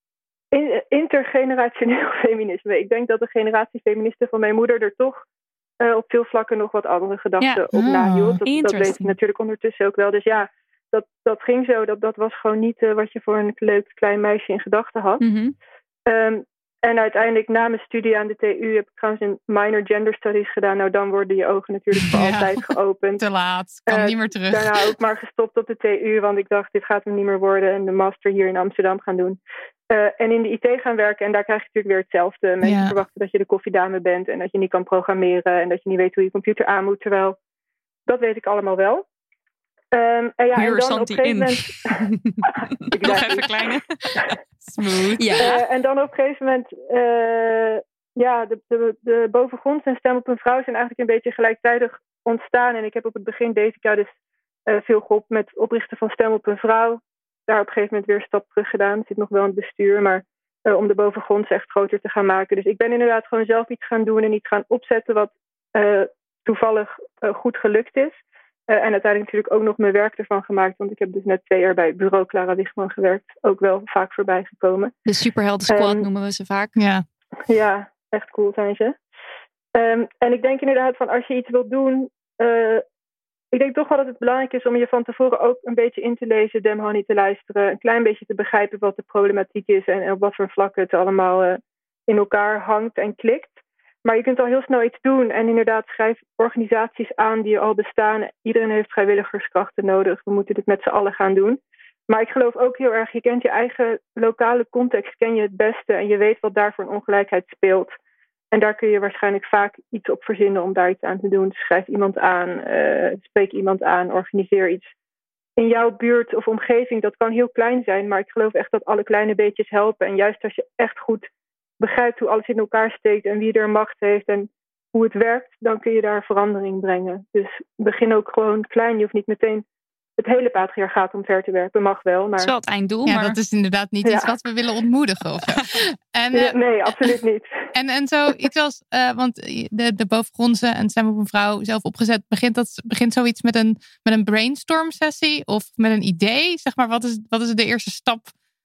Intergenerationeel feminisme. Ik denk dat de generatie feministen van mijn moeder er toch uh, op veel vlakken nog wat andere gedachten ja. op oh, nahield. Dat, dat weet ik natuurlijk ondertussen ook wel. Dus ja, dat, dat ging zo. Dat, dat was gewoon niet uh, wat je voor een leuk klein meisje in gedachten had. Mm-hmm. Um, en uiteindelijk na mijn studie aan de T U heb ik trouwens een minor gender studies gedaan. Nou, dan worden je ogen natuurlijk voor ja. altijd geopend. Te laat, kan uh, niet meer terug. Daarna ook maar gestopt op de T U, want ik dacht, dit gaat hem niet meer worden. En de master hier in Amsterdam gaan doen. Uh, en in de I T gaan werken. En daar krijg je natuurlijk weer hetzelfde. Mensen ja. verwachten dat je de koffiedame bent. En dat je niet kan programmeren. En dat je niet weet hoe je computer aan moet. Terwijl, dat weet ik allemaal wel. Um, en ja, Hier en dan Santi op een gegeven in. moment... Nog even kleine. Smooth. Ja. Uh, en dan op een gegeven moment... Uh, ja, de, de, de bovengronds en Stem op een Vrouw zijn eigenlijk een beetje gelijktijdig ontstaan. En ik heb op het begin deze jaar dus uh, veel geholpen met het oprichten van Stem op een Vrouw. Daar op een gegeven moment weer een stap terug gedaan. Ik zit nog wel in het bestuur, maar uh, om de bovengronds echt groter te gaan maken. Dus ik ben inderdaad gewoon zelf iets gaan doen en iets gaan opzetten wat uh, toevallig uh, goed gelukt is. Uh, en uiteindelijk natuurlijk ook nog mijn werk ervan gemaakt. Want ik heb dus net twee jaar bij bureau Clara Wichman gewerkt. Ook wel vaak voorbij gekomen. De Superhelden Squad um, noemen we ze vaak. Ja, ja echt cool zijn ze. Um, en ik denk inderdaad van als je iets wilt doen... Uh, ik denk toch wel dat het belangrijk is om je van tevoren ook een beetje in te lezen, Damn Honey te luisteren. Een klein beetje te begrijpen wat de problematiek is en op wat voor vlakken het allemaal uh, in elkaar hangt en klikt. Maar je kunt al heel snel iets doen. En inderdaad, schrijf organisaties aan die al bestaan. Iedereen heeft vrijwilligerskrachten nodig. We moeten dit met z'n allen gaan doen. Maar ik geloof ook heel erg, je kent je eigen lokale context, ken je het beste. En je weet wat daar voor een ongelijkheid speelt. En daar kun je waarschijnlijk vaak iets op verzinnen om daar iets aan te doen. Dus schrijf iemand aan, uh, spreek iemand aan, organiseer iets. In jouw buurt of omgeving, dat kan heel klein zijn. Maar ik geloof echt dat alle kleine beetjes helpen. En juist als je echt goed begrijpt hoe alles in elkaar steekt en wie er macht heeft en hoe het werkt, dan kun je daar verandering brengen. Dus begin ook gewoon klein. Je hoeft niet meteen het hele patriarchaat omver te werpen. Mag wel, maar... Dat is wel het einddoel. Ja, maar... dat is inderdaad niet Ja. iets wat we willen ontmoedigen. Of zo. En, uh, Ja, nee, absoluut niet. En, en zo iets als, uh, want de, de bovengrondse en Stem op een Vrouw zelf opgezet, begint, dat, begint zoiets met een, met een brainstorm sessie of met een idee? Zeg maar, wat is, wat is de eerste stap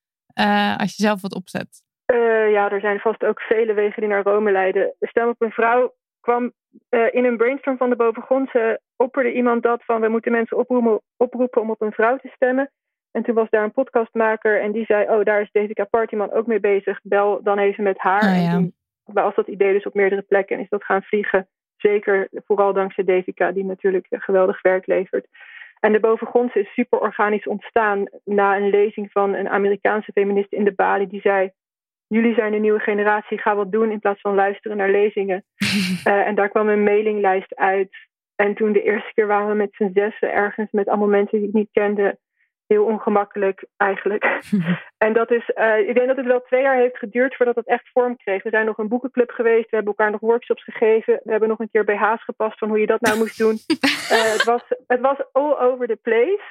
uh, als je zelf wat opzet? Uh, ja, er zijn vast ook vele wegen die naar Rome leiden. Stem op een Vrouw kwam uh, in een brainstorm van de bovengrondse, opperde iemand dat van we moeten mensen oproepen, oproepen om op een vrouw te stemmen. En toen was daar een podcastmaker en die zei, oh, daar is Devika Partyman ook mee bezig. Bel dan even met haar. Oh, ja. En toen was dat idee dus op meerdere plekken en is dat gaan vliegen. Zeker, vooral dankzij Devika, die natuurlijk geweldig werk levert. En de bovengrondse is super organisch ontstaan na een lezing van een Amerikaanse feminist in de Bali. Die zei, jullie zijn de nieuwe generatie, ga wat doen in plaats van luisteren naar lezingen. uh, en daar kwam een mailinglijst uit. En toen de eerste keer waren we met z'n zessen ergens met allemaal mensen die ik niet kende. Heel ongemakkelijk eigenlijk. En dat is, uh, ik denk dat het wel twee jaar heeft geduurd voordat het echt vorm kreeg. We zijn nog een boekenclub geweest, we hebben elkaar nog workshops gegeven. We hebben nog een keer B H's gepast van hoe je dat nou moest doen. Uh, het, was, het was all over the place.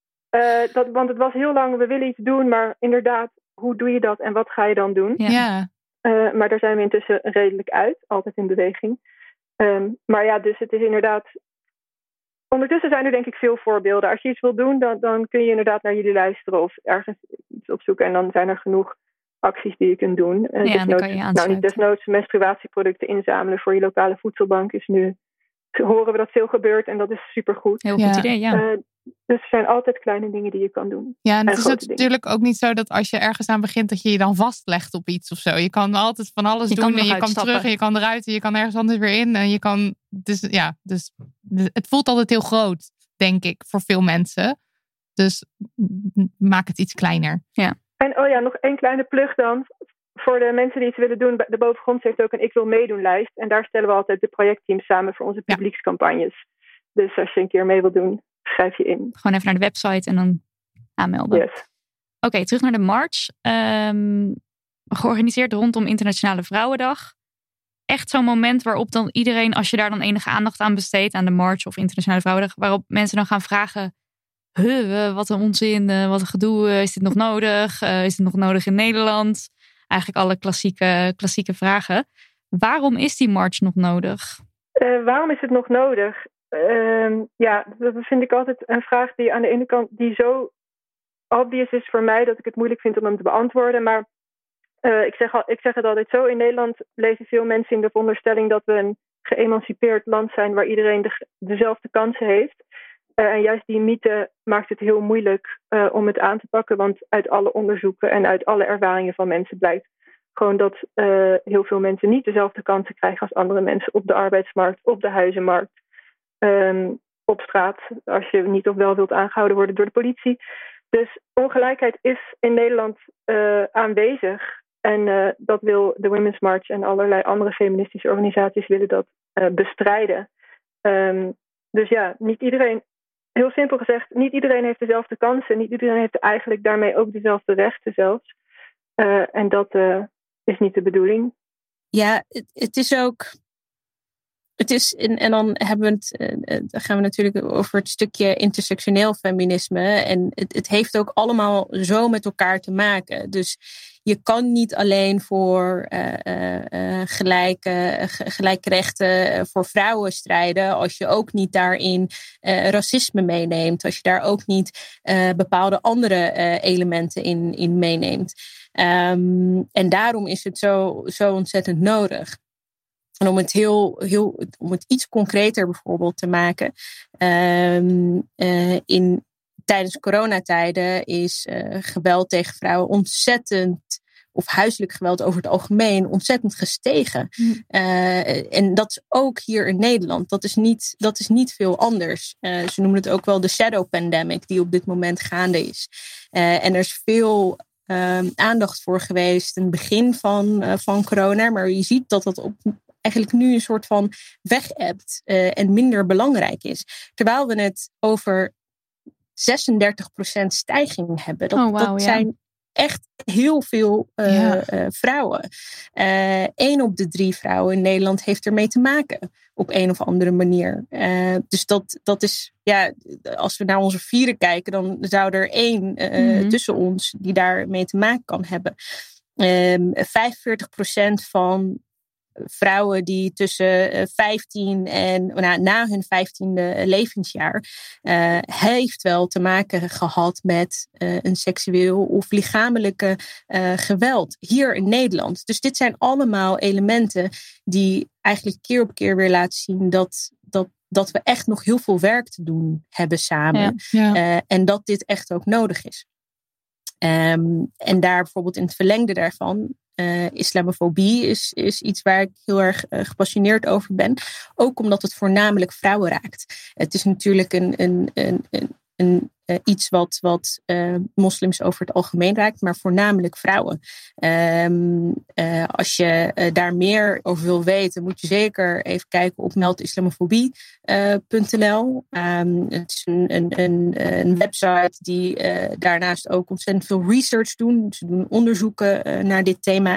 Uh, dat, want het was heel lang, we willen iets doen, maar inderdaad, hoe doe je dat en wat ga je dan doen? Ja. ja. Uh, maar daar zijn we intussen redelijk uit, altijd in beweging. Um, maar ja, dus het is inderdaad... Ondertussen zijn er denk ik veel voorbeelden. Als je iets wil doen, dan, dan kun je inderdaad naar jullie luisteren of ergens iets opzoeken. En dan zijn er genoeg acties die je kunt doen. Uh, ja, desnoods, dan kan je aansluiten. nou, niet desnoods menstruatieproducten inzamelen voor je lokale voedselbank is nu... horen we dat veel gebeurt en dat is supergoed. Heel goed ja. idee, ja. Uh, dus er zijn altijd kleine dingen die je kan doen. Ja, en het en is grote natuurlijk dingen. ook niet zo dat als je ergens aan begint dat je je dan vastlegt op iets of zo. Je kan altijd van alles je doen kan en je kan uitstappen. terug en je kan eruit en je kan ergens anders weer in. En je kan, dus ja, dus het voelt altijd heel groot, denk ik, voor veel mensen. Dus maak het iets kleiner. Ja. En oh ja, nog één kleine plug dan. Voor de mensen die iets willen doen, de bovengrond heeft ook een Ik wil meedoen lijst. En daar stellen we altijd de projectteams samen voor onze publiekscampagnes. Ja. Dus als je een keer mee wilt doen, schrijf je in. Gewoon even naar de website en dan aanmelden. Yes. Oké, okay, terug naar de march. Um, georganiseerd rondom Internationale Vrouwendag. Echt zo'n moment waarop dan iedereen, als je daar dan enige aandacht aan besteedt, aan de march of Internationale Vrouwendag, waarop mensen dan gaan vragen, huh, wat een onzin, wat een gedoe, is dit nog nodig? Uh, is dit nog nodig in Nederland? Eigenlijk alle klassieke, klassieke vragen. Waarom is die march nog nodig? Uh, waarom is het nog nodig? Uh, ja, dat vind ik altijd een vraag die aan de ene kant die zo obvious is voor mij dat ik het moeilijk vind om hem te beantwoorden. Maar uh, ik, zeg al, ik zeg het altijd zo. In Nederland leven veel mensen in de veronderstelling dat we een geëmancipeerd land zijn waar iedereen de, dezelfde kansen heeft. Uh, en juist die mythe maakt het heel moeilijk uh, om het aan te pakken. Want uit alle onderzoeken en uit alle ervaringen van mensen blijkt gewoon dat uh, heel veel mensen niet dezelfde kansen krijgen als andere mensen op de arbeidsmarkt, op de huizenmarkt, um, op straat, als je niet of wel wilt aangehouden worden door de politie. Dus ongelijkheid is in Nederland uh, aanwezig. En uh, dat wil de Women's March en allerlei andere feministische organisaties willen dat uh, bestrijden. Um, dus ja, niet iedereen, heel simpel gezegd, niet iedereen heeft dezelfde kansen. Niet iedereen heeft eigenlijk daarmee ook dezelfde rechten zelfs. Uh, en dat uh, is niet de bedoeling. Ja, het, het is ook... Het is, en, en dan hebben we het, uh, dan gaan we natuurlijk over het stukje intersectioneel feminisme. En het, het heeft ook allemaal zo met elkaar te maken. Dus je kan niet alleen voor uh, uh, uh, gelijke, uh, gelijke rechten voor vrouwen strijden, als je ook niet daarin uh, racisme meeneemt. Als je daar ook niet uh, bepaalde andere uh, elementen in, in meeneemt. Um, en daarom is het zo, zo ontzettend nodig. En om het, heel, heel, om het iets concreter bijvoorbeeld te maken. Um, uh, in, tijdens coronatijden is uh, geweld tegen vrouwen ontzettend, of huiselijk geweld over het algemeen ontzettend gestegen. Mm. Uh, en dat is ook hier in Nederland. Dat is niet, dat is niet veel anders. Uh, ze noemen het ook wel de shadow pandemic die op dit moment gaande is. Uh, en er is veel uh, aandacht voor geweest in het begin van, uh, van corona. Maar je ziet dat dat op eigenlijk nu een soort van weg-ebt uh, en minder belangrijk is. Terwijl we het over zesendertig procent stijging hebben. Dat, oh, wow, dat ja. zijn echt heel veel uh, ja. uh, vrouwen. Uh, Eén op de drie vrouwen in Nederland heeft ermee te maken. Op een of andere manier. Uh, dus dat, dat is, ja, als we naar onze vieren kijken, dan zou er één uh, mm-hmm. tussen ons die daarmee te maken kan hebben. Um, vijfenveertig procent van vrouwen die tussen vijftien en nou, na hun vijftiende levensjaar uh, heeft wel te maken gehad met uh, een seksueel of lichamelijke uh, geweld hier in Nederland. Dus dit zijn allemaal elementen die eigenlijk keer op keer weer laten zien dat, dat, dat we echt nog heel veel werk te doen hebben samen. Ja, ja. Uh, en dat dit echt ook nodig is. Um, en daar bijvoorbeeld in het verlengde daarvan, uh, islamofobie is, is iets waar ik heel erg uh, gepassioneerd over ben. Ook omdat het voornamelijk vrouwen raakt. Het is natuurlijk een, een, een, een, een uh, iets wat, wat uh, moslims over het algemeen raakt, maar voornamelijk vrouwen. Um, uh, als je uh, daar meer over wil weten, moet je zeker even kijken op meld islamofobie punt n l. Um, het is een, een, een, een website die uh, daarnaast ook ontzettend veel research doen. Ze doen onderzoeken uh, naar dit thema.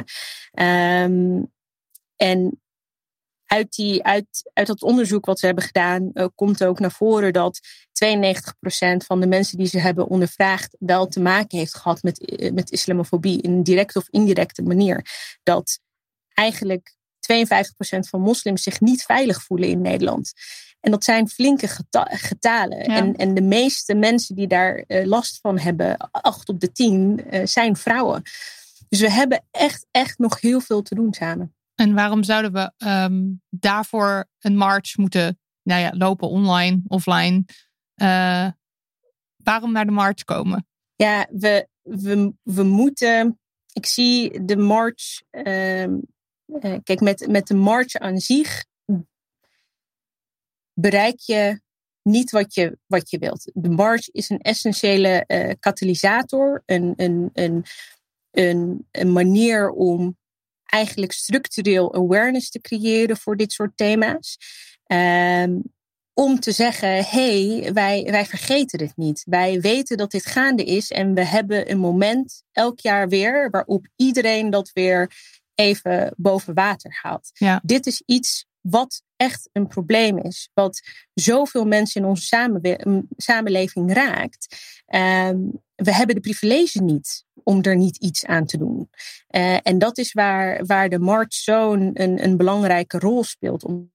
Um, en Uit, die, uit, uit dat onderzoek wat ze hebben gedaan, uh, komt ook naar voren dat tweeënnegentig procent van de mensen die ze hebben ondervraagd wel te maken heeft gehad met, uh, met islamofobie in een directe of indirecte manier. Dat eigenlijk tweeënvijftig procent van moslims zich niet veilig voelen in Nederland. En dat zijn flinke geta- getalen. Ja. En, en de meeste mensen die daar uh, last van hebben, acht op de tien, uh, zijn vrouwen. Dus we hebben echt, echt nog heel veel te doen samen. En waarom zouden we um, daarvoor een march moeten nou ja, lopen, online, offline? Uh, waarom naar de march komen? Ja, we, we, we moeten... Ik zie de march... Uh, uh, kijk, met, met de march aan zich bereik je niet wat je, wat je wilt. De march is een essentiële uh, katalysator. Een, een, een, een, een manier om eigenlijk structureel awareness te creëren voor dit soort thema's. Um, om te zeggen, hé, hey, wij, wij vergeten dit niet. Wij weten dat dit gaande is en we hebben een moment elk jaar weer waarop iedereen dat weer even boven water haalt. Ja. Dit is iets wat echt een probleem is. Wat zoveel mensen in onze samenwe- samenleving raakt. Um, we hebben de privilege niet om er niet iets aan te doen. Uh, en dat is waar, waar de march zo'n een, een belangrijke rol speelt. Om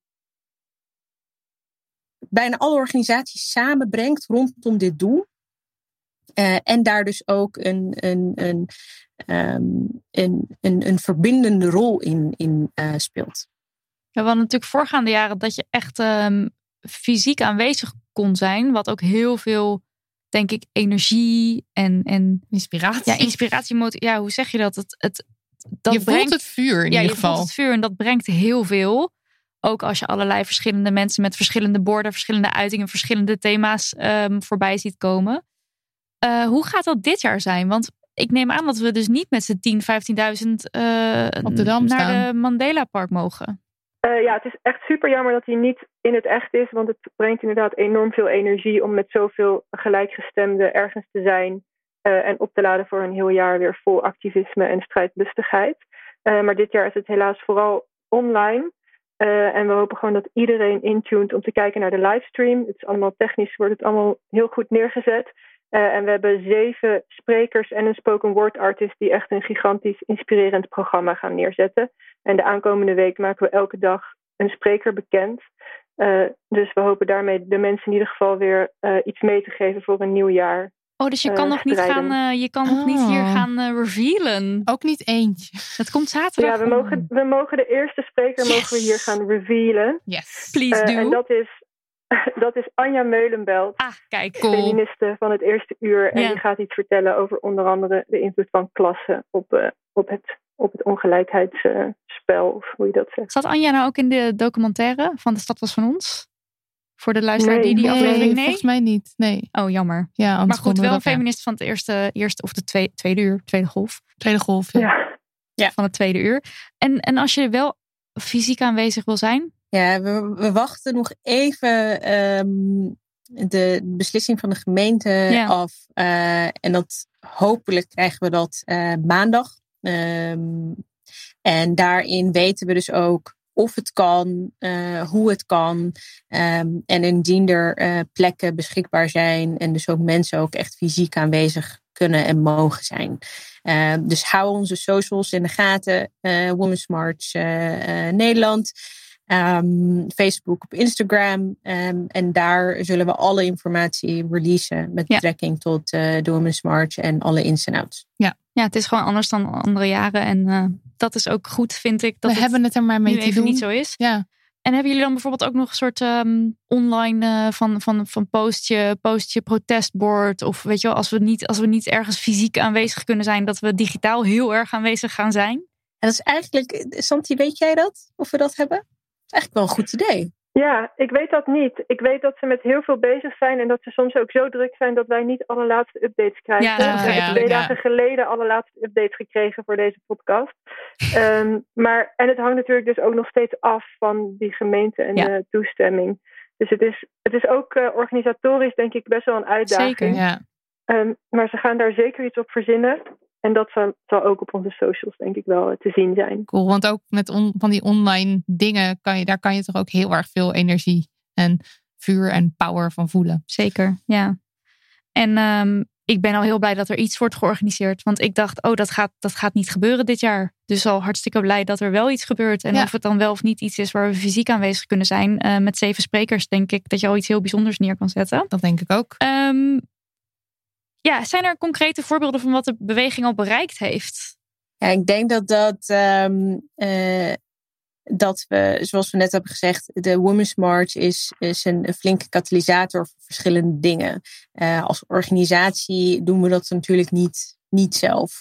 bijna alle organisaties samenbrengt rondom dit doel. Uh, en daar dus ook een, een, een, um, een, een, een verbindende rol in, in uh, speelt. Ja, we hadden natuurlijk voorgaande jaren dat je echt um, fysiek aanwezig kon zijn. Wat ook heel veel, denk ik, energie en, en inspiratie. Ja, inspiratie. Ja, hoe zeg je dat? Het, het, dat je brengt, voelt het vuur in ja, ieder je geval. voelt het vuur en dat brengt heel veel. Ook als je allerlei verschillende mensen met verschillende borden, verschillende uitingen, verschillende thema's um, voorbij ziet komen. Uh, hoe gaat dat dit jaar zijn? Want ik neem aan dat we dus niet met z'n tien, vijftienduizend uh, op de Dam naar staan. de Mandela Park mogen. Uh, ja, het is echt super jammer dat hij niet in het echt is. Want het brengt inderdaad enorm veel energie om met zoveel gelijkgestemden ergens te zijn. Uh, en op te laden voor een heel jaar weer vol activisme en strijdlustigheid. Uh, maar dit jaar is het helaas vooral online. Uh, en we hopen gewoon dat iedereen intuned om te kijken naar de livestream. Het is allemaal technisch, wordt het allemaal heel goed neergezet. Uh, en we hebben zeven sprekers en een spoken word artist die echt een gigantisch inspirerend programma gaan neerzetten. En de aankomende week maken we elke dag een spreker bekend. Uh, dus we hopen daarmee de mensen in ieder geval weer uh, iets mee te geven voor een nieuw jaar. Oh, dus je kan uh, nog niet gaan, uh, je kan oh. nog niet hier gaan uh, revealen. Ook niet eentje. Dat komt zaterdag. Ja, we mogen, we mogen de eerste spreker yes. mogen we hier gaan revealen. Yes, please uh, do. En dat is, dat is Anja Meulenbelt. Ah, kijk, cool. Feministe van het eerste uur. En yeah. die gaat iets vertellen over onder andere de invloed van klasse op uh, op het, op het ongelijkheidsspel, of hoe je dat zegt. Zat Anja nou ook in de documentaire van De Stad Was Van Ons? Voor de luisteraar die die nee, aflevering... Nee, volgens mij niet. Nee. Oh, jammer. Ja, maar goed, wel dat, feminist ja. van het eerste, eerste of de tweede, tweede uur, tweede golf. Tweede golf, ja. ja. ja. Van het tweede uur. En, en als je wel fysiek aanwezig wil zijn? Ja, we, we wachten nog even um, de beslissing van de gemeente ja. af. Uh, en dat hopelijk krijgen we dat uh, maandag. Um, en daarin weten we dus ook of het kan, uh, hoe het kan. Um, en indien er uh, plekken beschikbaar zijn en dus ook mensen ook echt fysiek aanwezig kunnen en mogen zijn. Uh, dus hou onze socials in de gaten. Uh, Women's March uh, uh, Nederland. Um, Facebook, op Instagram. Um, en daar zullen we alle informatie releasen met betrekking ja. tot uh, de Women's March en alle ins en outs. Ja. ja, het is gewoon anders dan andere jaren. En uh, dat is ook goed, vind ik. Dat we het hebben het er maar mee nu te even doen. niet zo is. Ja. En hebben jullie dan bijvoorbeeld ook nog een soort um, online uh, van, van, van postje, postje protestbord? Of weet je wel, als we, niet, als we niet ergens fysiek aanwezig kunnen zijn, dat we digitaal heel erg aanwezig gaan zijn? En dat is eigenlijk, Santi, weet jij dat? Of we dat hebben? Dat is eigenlijk wel een goed idee. Ja, ik weet dat niet. Ik weet dat ze met heel veel bezig zijn en dat ze soms ook zo druk zijn dat wij niet alle laatste updates krijgen. Ja, we hebben ja, twee ja. dagen geleden alle laatste updates gekregen voor deze podcast. um, maar, en het hangt natuurlijk dus ook nog steeds af van die gemeente en ja. de toestemming. Dus het is, het is ook uh, organisatorisch denk ik best wel een uitdaging. Zeker, ja. Um, maar ze gaan daar zeker iets op verzinnen. En dat zal, zal ook op onze socials denk ik wel te zien zijn. Cool, want ook met on, van die online dingen, kan je, daar kan je toch ook heel erg veel energie en vuur en power van voelen. Zeker, ja. En um, ik ben al heel blij dat er iets wordt georganiseerd. Want ik dacht, oh, dat gaat, dat gaat niet gebeuren dit jaar. Dus al hartstikke blij dat er wel iets gebeurt. En ja. of het dan wel of niet iets is waar we fysiek aanwezig kunnen zijn. Uh, met zeven sprekers denk ik dat je al iets heel bijzonders neer kan zetten. Dat denk ik ook. Um, Ja, zijn er concrete voorbeelden van wat de beweging al bereikt heeft? Ja, ik denk dat dat, um, uh, dat we, zoals we net hebben gezegd, de Women's March is, is een, een flinke katalysator voor verschillende dingen. Uh, als organisatie doen we dat natuurlijk niet, niet zelf.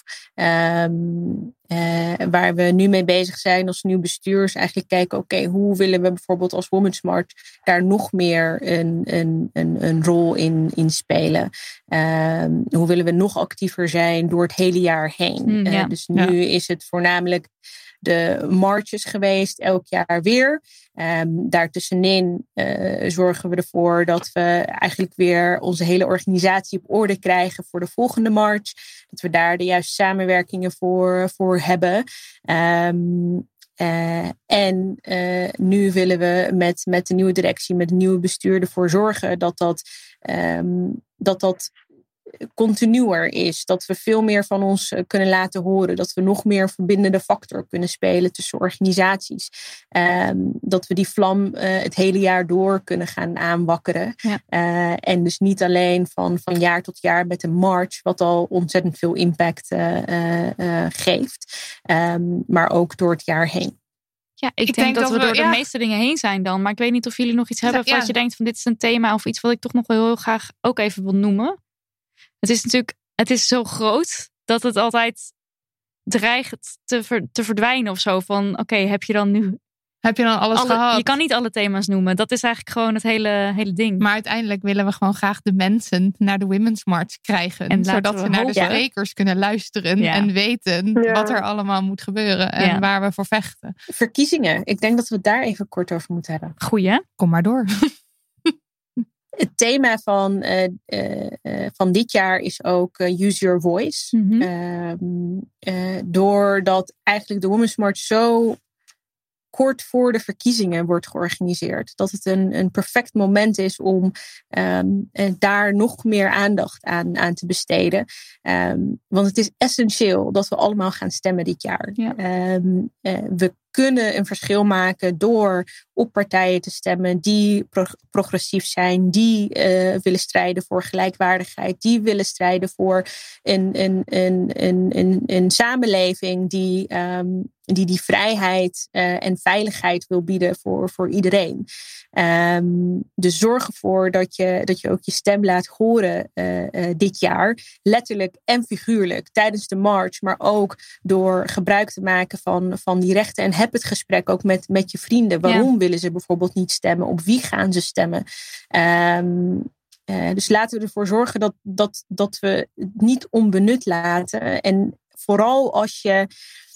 Um, uh, waar we nu mee bezig zijn als nieuw bestuur is eigenlijk kijken, oké, okay, hoe willen we bijvoorbeeld als Women's March daar nog meer een, een, een, een rol in, in spelen? Um, hoe willen we nog actiever zijn door het hele jaar heen? Mm, ja. uh, dus nu ja. is het voornamelijk de marches geweest, elk jaar weer. Um, daartussenin uh, zorgen we ervoor dat we eigenlijk weer onze hele organisatie op orde krijgen voor de volgende march. Dat we daar de juiste samenwerkingen voor, voor hebben. Um, uh, en uh, nu willen we met, met de nieuwe directie, met de nieuwe bestuur ervoor zorgen dat dat, um, dat, dat continuer is. Dat we veel meer van ons kunnen laten horen. Dat we nog meer verbindende factor kunnen spelen tussen organisaties. Um, dat we die vlam uh, het hele jaar door kunnen gaan aanwakkeren. Ja. Uh, en dus niet alleen van, van jaar tot jaar met een march, wat al ontzettend veel impact uh, uh, uh, geeft. Um, maar ook door het jaar heen. Ja, ik, ik denk, denk dat, dat we door ja. de meeste dingen heen zijn dan. Maar ik weet niet of jullie nog iets hebben ja. wat je denkt van dit is een thema of iets wat ik toch nog wel heel graag ook even wil noemen. Het is natuurlijk, het is zo groot dat het altijd dreigt te, ver, te verdwijnen of zo. Van oké, okay, heb je dan nu... Heb je dan alles alle, gehad? Je kan niet alle thema's noemen. Dat is eigenlijk gewoon het hele, hele ding. Maar uiteindelijk willen we gewoon graag de mensen naar de Women's March krijgen. En zodat ze naar hopen. de sprekers kunnen luisteren ja. en weten ja. wat er allemaal moet gebeuren. En ja. waar we voor vechten. Verkiezingen. Ik denk dat we het daar even kort over moeten hebben. Goeie, hè? Kom maar door. Het thema van, uh, uh, uh, van dit jaar is ook uh, Use Your Voice. Mm-hmm. Uh, uh, doordat eigenlijk de Women's March zo kort voor de verkiezingen wordt georganiseerd. Dat het een, een perfect moment is om um, uh, daar nog meer aandacht aan, aan te besteden. Um, want het is essentieel dat we allemaal gaan stemmen dit jaar. Ja. Um, uh, we kunnen een verschil maken door op partijen te stemmen die pro- progressief zijn, die uh, willen strijden voor gelijkwaardigheid, die willen strijden voor een, een, een, een, een, een samenleving die, um, die die vrijheid uh, en veiligheid wil bieden voor, voor iedereen. Um, dus zorg ervoor dat je, dat je ook je stem laat horen uh, uh, dit jaar, letterlijk en figuurlijk, tijdens de march, maar ook door gebruik te maken van, van die rechten. En heb het gesprek ook met, met je vrienden. Waarom ja. willen ze bijvoorbeeld niet stemmen? Op wie gaan ze stemmen? Um, uh, dus laten we ervoor zorgen dat, dat, dat we het niet onbenut laten. En vooral als je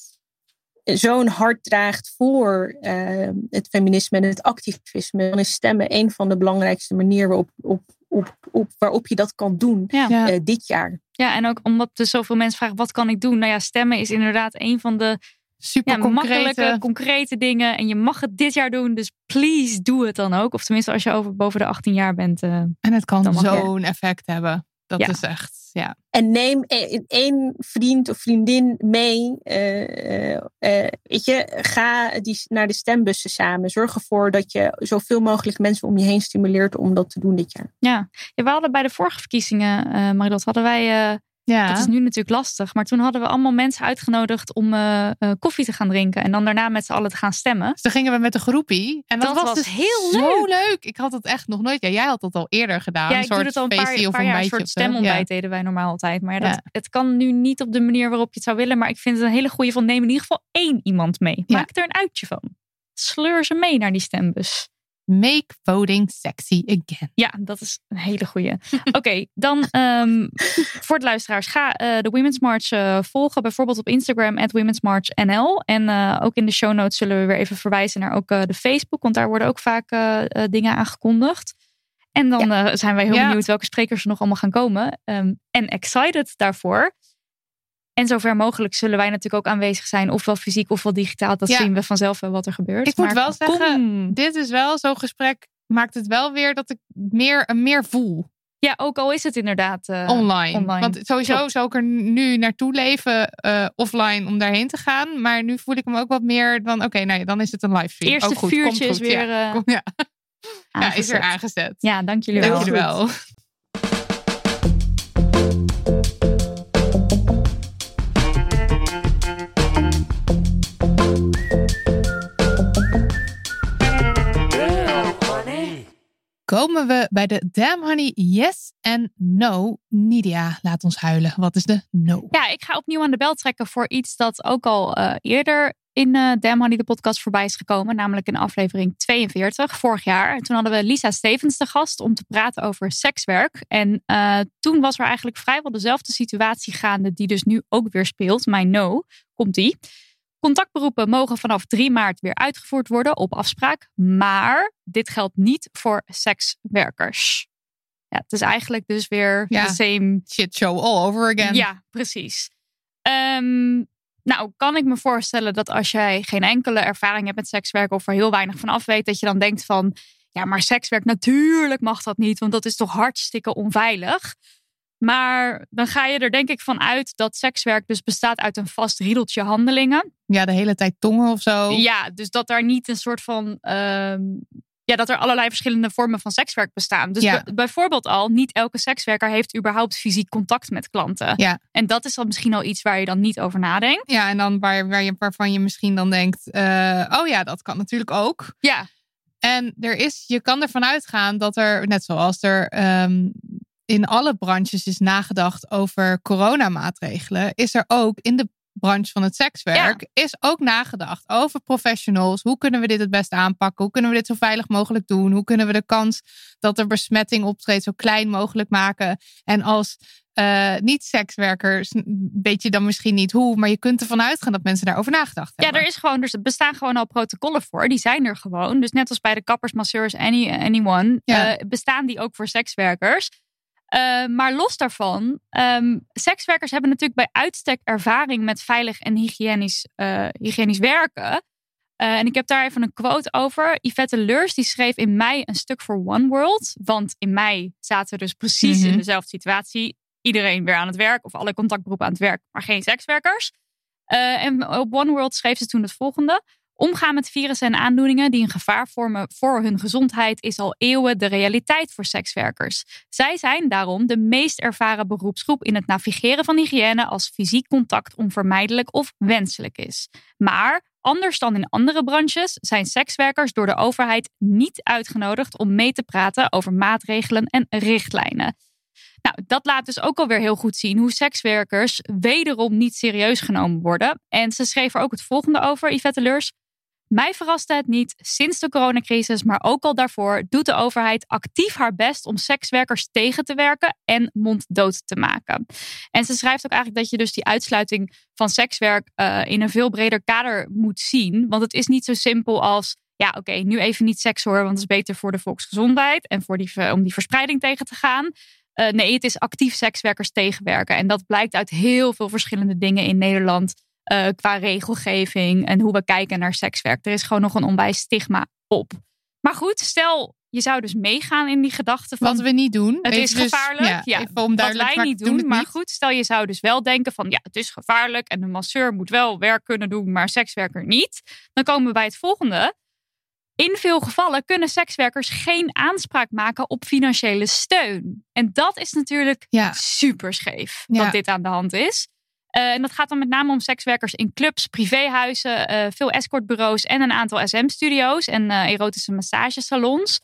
zo'n hart draagt voor uh, het feminisme en het activisme, dan is stemmen een van de belangrijkste manieren waarop, op, op, op, waarop je dat kan doen ja. uh, dit jaar. Ja, en ook omdat er zoveel mensen vragen, wat kan ik doen? Nou ja, stemmen is inderdaad een van de super ja, concrete. makkelijke, concrete dingen. En je mag het dit jaar doen, dus please doe het dan ook. Of tenminste als je over boven de achttien jaar bent. Uh, en het kan zo'n effect hebben. Dat ja. is echt, ja. En neem één vriend of vriendin mee. Uh, uh, uh, weet je, ga die naar de stembussen samen. Zorg ervoor dat je zoveel mogelijk mensen om je heen stimuleert om dat te doen dit jaar. Ja, ja we hadden bij de vorige verkiezingen, uh, Marilot, hadden wij... Uh, Ja. Dat is nu natuurlijk lastig. Maar toen hadden we allemaal mensen uitgenodigd om uh, uh, koffie te gaan drinken. En dan daarna met z'n allen te gaan stemmen. Dus dan gingen we met de groepie. En dat, dat was, was dus heel zo leuk. leuk. Ik had het echt nog nooit. Ja, jij had dat al eerder gedaan. Ja, een ik soort doe het al een paar, feestie of paar een jaar. Een beetje soort stemontbijt ja. deden wij normaal altijd. Maar ja, dat, ja. het kan nu niet op de manier waarop je het zou willen. Maar ik vind het een hele goede van neem in ieder geval één iemand mee. Ja. Maak er een uitje van. Sleur ze mee naar die stembus. Make voting sexy again. Ja, dat is een hele goeie. Oké, okay, dan um, voor de luisteraars. Ga uh, de Women's March uh, volgen. Bijvoorbeeld op Instagram at Women's March N L. En uh, ook in de show notes zullen we weer even verwijzen naar ook uh, de Facebook. Want daar worden ook vaak uh, uh, dingen aangekondigd. En dan ja. uh, zijn wij heel ja. benieuwd welke sprekers er nog allemaal gaan komen. Um, en excited daarvoor. En zover mogelijk zullen wij natuurlijk ook aanwezig zijn. Ofwel fysiek ofwel digitaal. Dat ja. zien we vanzelf wel wat er gebeurt. Ik moet maar wel zeggen, kom. dit is wel zo'n gesprek. Maakt het wel weer dat ik meer, meer voel. Ja, ook al is het inderdaad uh, online. online. Want sowieso Klopt. zou ik er nu naartoe leven uh, offline om daarheen te gaan. Maar nu voel ik hem ook wat meer van oké, okay, nou ja, dan is het een livestream. Eerste ook goed, vuurtje komt goed. is weer ja, uh, kom, ja. ja, is weer aangezet. Ja, dank jullie wel. Dank jullie wel. Komen we bij de Damn Honey Yes en No. Nidia, laat ons huilen. Wat is de no? Ja, ik ga opnieuw aan de bel trekken voor iets dat ook al uh, eerder in uh, Damn Honey de podcast voorbij is gekomen. Namelijk in aflevering tweeënveertig, vorig jaar. En toen hadden we Lisa Stevens te gast om te praten over sekswerk. En uh, toen was er eigenlijk vrijwel dezelfde situatie gaande die dus nu ook weer speelt. Mijn no, komt die. Contactberoepen mogen vanaf drie maart weer uitgevoerd worden op afspraak. Maar dit geldt niet voor sekswerkers. Ja, het is eigenlijk dus weer ja, the same shit show all over again. Ja, precies. Um, nou, kan ik me voorstellen dat als jij geen enkele ervaring hebt met sekswerk of er heel weinig van af weet, dat je dan denkt van, ja, maar sekswerk, natuurlijk mag dat niet, want dat is toch hartstikke onveilig. Maar dan ga je er denk ik van uit dat sekswerk dus bestaat uit een vast riedeltje handelingen. Ja, de hele tijd tongen of zo. Ja, dus dat er niet een soort van Um, ja, dat er allerlei verschillende vormen van sekswerk bestaan. Dus ja. b- bijvoorbeeld al, niet elke sekswerker heeft überhaupt fysiek contact met klanten. Ja. En dat is dan misschien al iets waar je dan niet over nadenkt. Ja, en dan waar, waar je, waarvan je misschien dan denkt, uh, oh ja, dat kan natuurlijk ook. Ja. En er is, je kan ervan uitgaan dat er, net zoals er um, in alle branches is nagedacht over coronamaatregelen, is er ook in de branche van het sekswerk ja. is ook nagedacht over professionals. Hoe kunnen we dit het beste aanpakken? Hoe kunnen we dit zo veilig mogelijk doen? Hoe kunnen we de kans dat er besmetting optreedt zo klein mogelijk maken? En als uh, niet-sekswerkers weet je dan misschien niet hoe, maar je kunt ervan uitgaan dat mensen daarover nagedacht hebben. Ja, er is gewoon, er bestaan gewoon al protocollen voor. Die zijn er gewoon. Dus net als bij de kappers, masseurs, any, anyone, ja. uh, bestaan die ook voor sekswerkers. Uh, maar los daarvan, um, sekswerkers hebben natuurlijk bij uitstek ervaring met veilig en hygiënisch, uh, hygiënisch werken. Uh, en ik heb daar even een quote over. Yvette Leurs die schreef in mei een stuk voor One World. Want in mei zaten we dus precies mm-hmm. in dezelfde situatie. Iedereen weer aan het werk of alle contactberoepen aan het werk, maar geen sekswerkers. Uh, en op One World schreef ze toen het volgende. Omgaan met virussen en aandoeningen die een gevaar vormen voor hun gezondheid is al eeuwen de realiteit voor sekswerkers. Zij zijn daarom de meest ervaren beroepsgroep in het navigeren van hygiëne als fysiek contact onvermijdelijk of wenselijk is. Maar anders dan in andere branches zijn sekswerkers door de overheid niet uitgenodigd om mee te praten over maatregelen en richtlijnen. Nou, dat laat dus ook alweer heel goed zien hoe sekswerkers wederom niet serieus genomen worden. En ze schreef er ook het volgende over, Yvette Leurs. Mij verraste het niet, sinds de coronacrisis, maar ook al daarvoor doet de overheid actief haar best om sekswerkers tegen te werken en monddood te maken. En ze schrijft ook eigenlijk dat je dus die uitsluiting van sekswerk uh, in een veel breder kader moet zien. Want het is niet zo simpel als, ja oké, okay, nu even niet seks hoor, want het is beter voor de volksgezondheid en voor die, om die verspreiding tegen te gaan. Uh, nee, het is actief sekswerkers tegenwerken. En dat blijkt uit heel veel verschillende dingen in Nederland. Uh, qua regelgeving en hoe we kijken naar sekswerk. Er is gewoon nog een onwijs stigma op. Maar goed, stel je zou dus meegaan in die gedachte van... Wat we niet doen. Het is dus, gevaarlijk. Ja, ja, even om wat wij niet doen. Maar niet. Goed, stel je zou dus wel denken van... ja, het is gevaarlijk en de masseur moet wel werk kunnen doen... maar sekswerker niet. Dan komen we bij het volgende. In veel gevallen kunnen sekswerkers geen aanspraak maken op financiële steun. En dat is natuurlijk ja. super scheef ja. dat dit aan de hand is. Uh, en dat gaat dan met name om sekswerkers in clubs, privéhuizen, uh, veel escortbureaus en een aantal S M-studio's en uh, erotische massagesalons.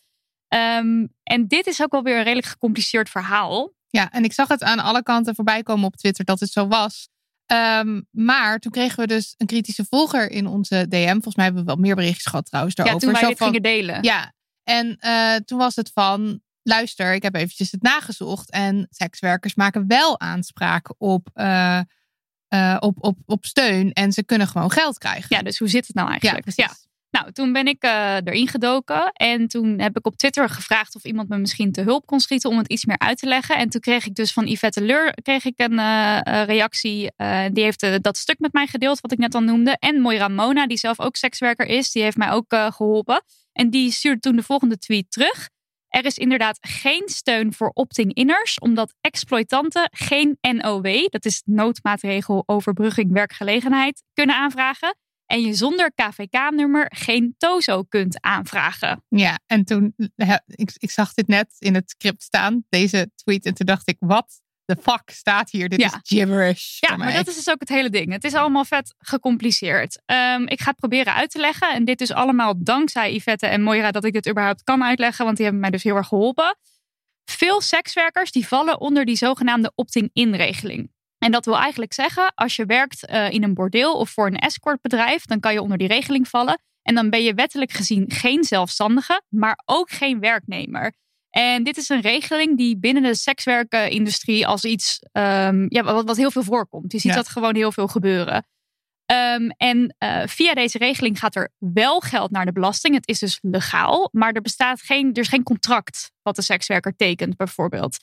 Um, en dit is ook wel weer een redelijk gecompliceerd verhaal. Ja, en ik zag het aan alle kanten voorbij komen op Twitter dat het zo was. Um, maar toen kregen we dus een kritische volger in onze D M. Volgens mij hebben we wel meer berichtjes gehad trouwens daarover. Ja, toen wij zo dit van, gingen delen. Ja, en uh, toen was het van... Luister, ik heb eventjes het nagezocht. En sekswerkers maken wel aanspraak op... Uh, Uh, op, op, op steun en ze kunnen gewoon geld krijgen. Ja, dus hoe zit het nou eigenlijk? Ja, ja. Nou, toen ben ik uh, erin gedoken en toen heb ik op Twitter gevraagd of iemand me misschien te hulp kon schieten om het iets meer uit te leggen. En toen kreeg ik dus van Yvette Leur kreeg ik een uh, reactie. Uh, die heeft uh, dat stuk met mij gedeeld wat ik net al noemde. En Moira Mona, die zelf ook sekswerker is, die heeft mij ook uh, geholpen. En die stuurde toen de volgende tweet terug. Er is inderdaad geen steun voor opting-inners, omdat exploitanten geen N O W, dat is noodmaatregel overbrugging werkgelegenheid, kunnen aanvragen. En je zonder K V K-nummer geen TOZO kunt aanvragen. Ja, en toen, ik, ik zag dit net in het script staan, deze tweet, en toen dacht ik, wat de fuck staat hier? Dit ja. is gibberish. Ja, maar dat is dus ook het hele ding. Het is allemaal vet gecompliceerd. Um, ik ga het proberen uit te leggen. En dit is allemaal dankzij Yvette en Moira dat ik dit überhaupt kan uitleggen. Want die hebben mij dus heel erg geholpen. Veel sekswerkers die vallen onder die zogenaamde opting-in-regeling. En dat wil eigenlijk zeggen, als je werkt uh, in een bordeel of voor een escortbedrijf, dan kan je onder die regeling vallen. En dan ben je wettelijk gezien geen zelfstandige, maar ook geen werknemer. En dit is een regeling die binnen de sekswerkindustrie als iets um, ja, wat, wat heel veel voorkomt. Je ziet ja. dat gewoon heel veel gebeuren. Um, en uh, via deze regeling gaat er wel geld naar de belasting. Het is dus legaal, maar er bestaat geen, er is geen contract wat de sekswerker tekent bijvoorbeeld.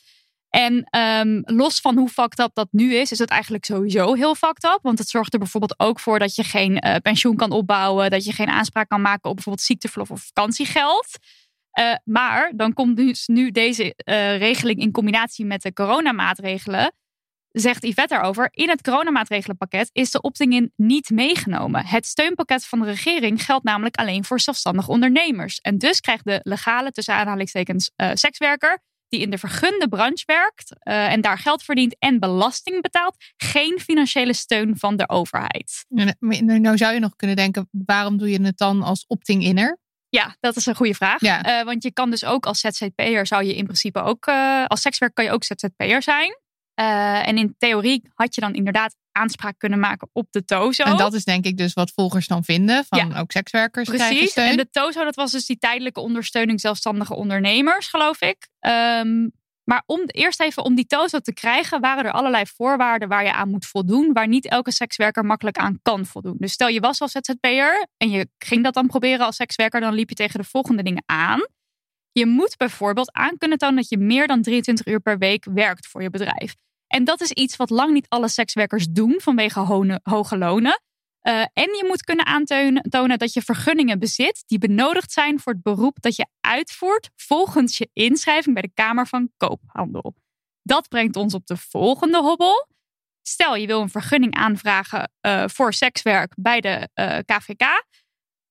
En um, los van hoe fucked up dat nu is, is het eigenlijk sowieso heel fucked up. Want het zorgt er bijvoorbeeld ook voor dat je geen uh, pensioen kan opbouwen, dat je geen aanspraak kan maken op bijvoorbeeld ziekteverlof of vakantiegeld. Uh, maar dan komt dus nu deze uh, regeling in combinatie met de coronamaatregelen, zegt Yvette erover. In het coronamaatregelenpakket is de opting-in niet meegenomen. Het steunpakket van de regering geldt namelijk alleen voor zelfstandige ondernemers. En dus krijgt de legale, tussen aanhalingstekens, uh, sekswerker, die in de vergunde branche werkt uh, en daar geld verdient en belasting betaalt, geen financiële steun van de overheid. Nou, nou zou je nog kunnen denken, waarom doe je het dan als opting-inner? Ja, dat is een goede vraag. Ja. Uh, want je kan dus ook als Z Z P'er zou je in principe ook, uh, als sekswerker kan je ook Z Z P'er zijn. Uh, en in theorie had je dan inderdaad aanspraak kunnen maken op de TOZO. En dat is denk ik dus wat volgers dan vinden. Van ja. ook sekswerkers Precies. krijgen steun. En de TOZO, dat was dus die tijdelijke ondersteuning zelfstandige ondernemers, geloof ik. Um, maar om, eerst even om die TOZO te krijgen, waren er allerlei voorwaarden waar je aan moet voldoen, waar niet elke sekswerker makkelijk aan kan voldoen. Dus stel je was als Z Z P'er en je ging dat dan proberen als sekswerker, dan liep je tegen de volgende dingen aan. Je moet bijvoorbeeld aan kunnen tonen dat je meer dan drieëntwintig uur per week werkt voor je bedrijf. En dat is iets wat lang niet alle sekswerkers doen vanwege ho- hoge lonen. Uh, en je moet kunnen aantonen dat je vergunningen bezit die benodigd zijn voor het beroep dat je uitvoert volgens je inschrijving bij de Kamer van Koophandel. Dat brengt ons op de volgende hobbel. Stel je wil een vergunning aanvragen uh, voor sekswerk bij de uh, K V K.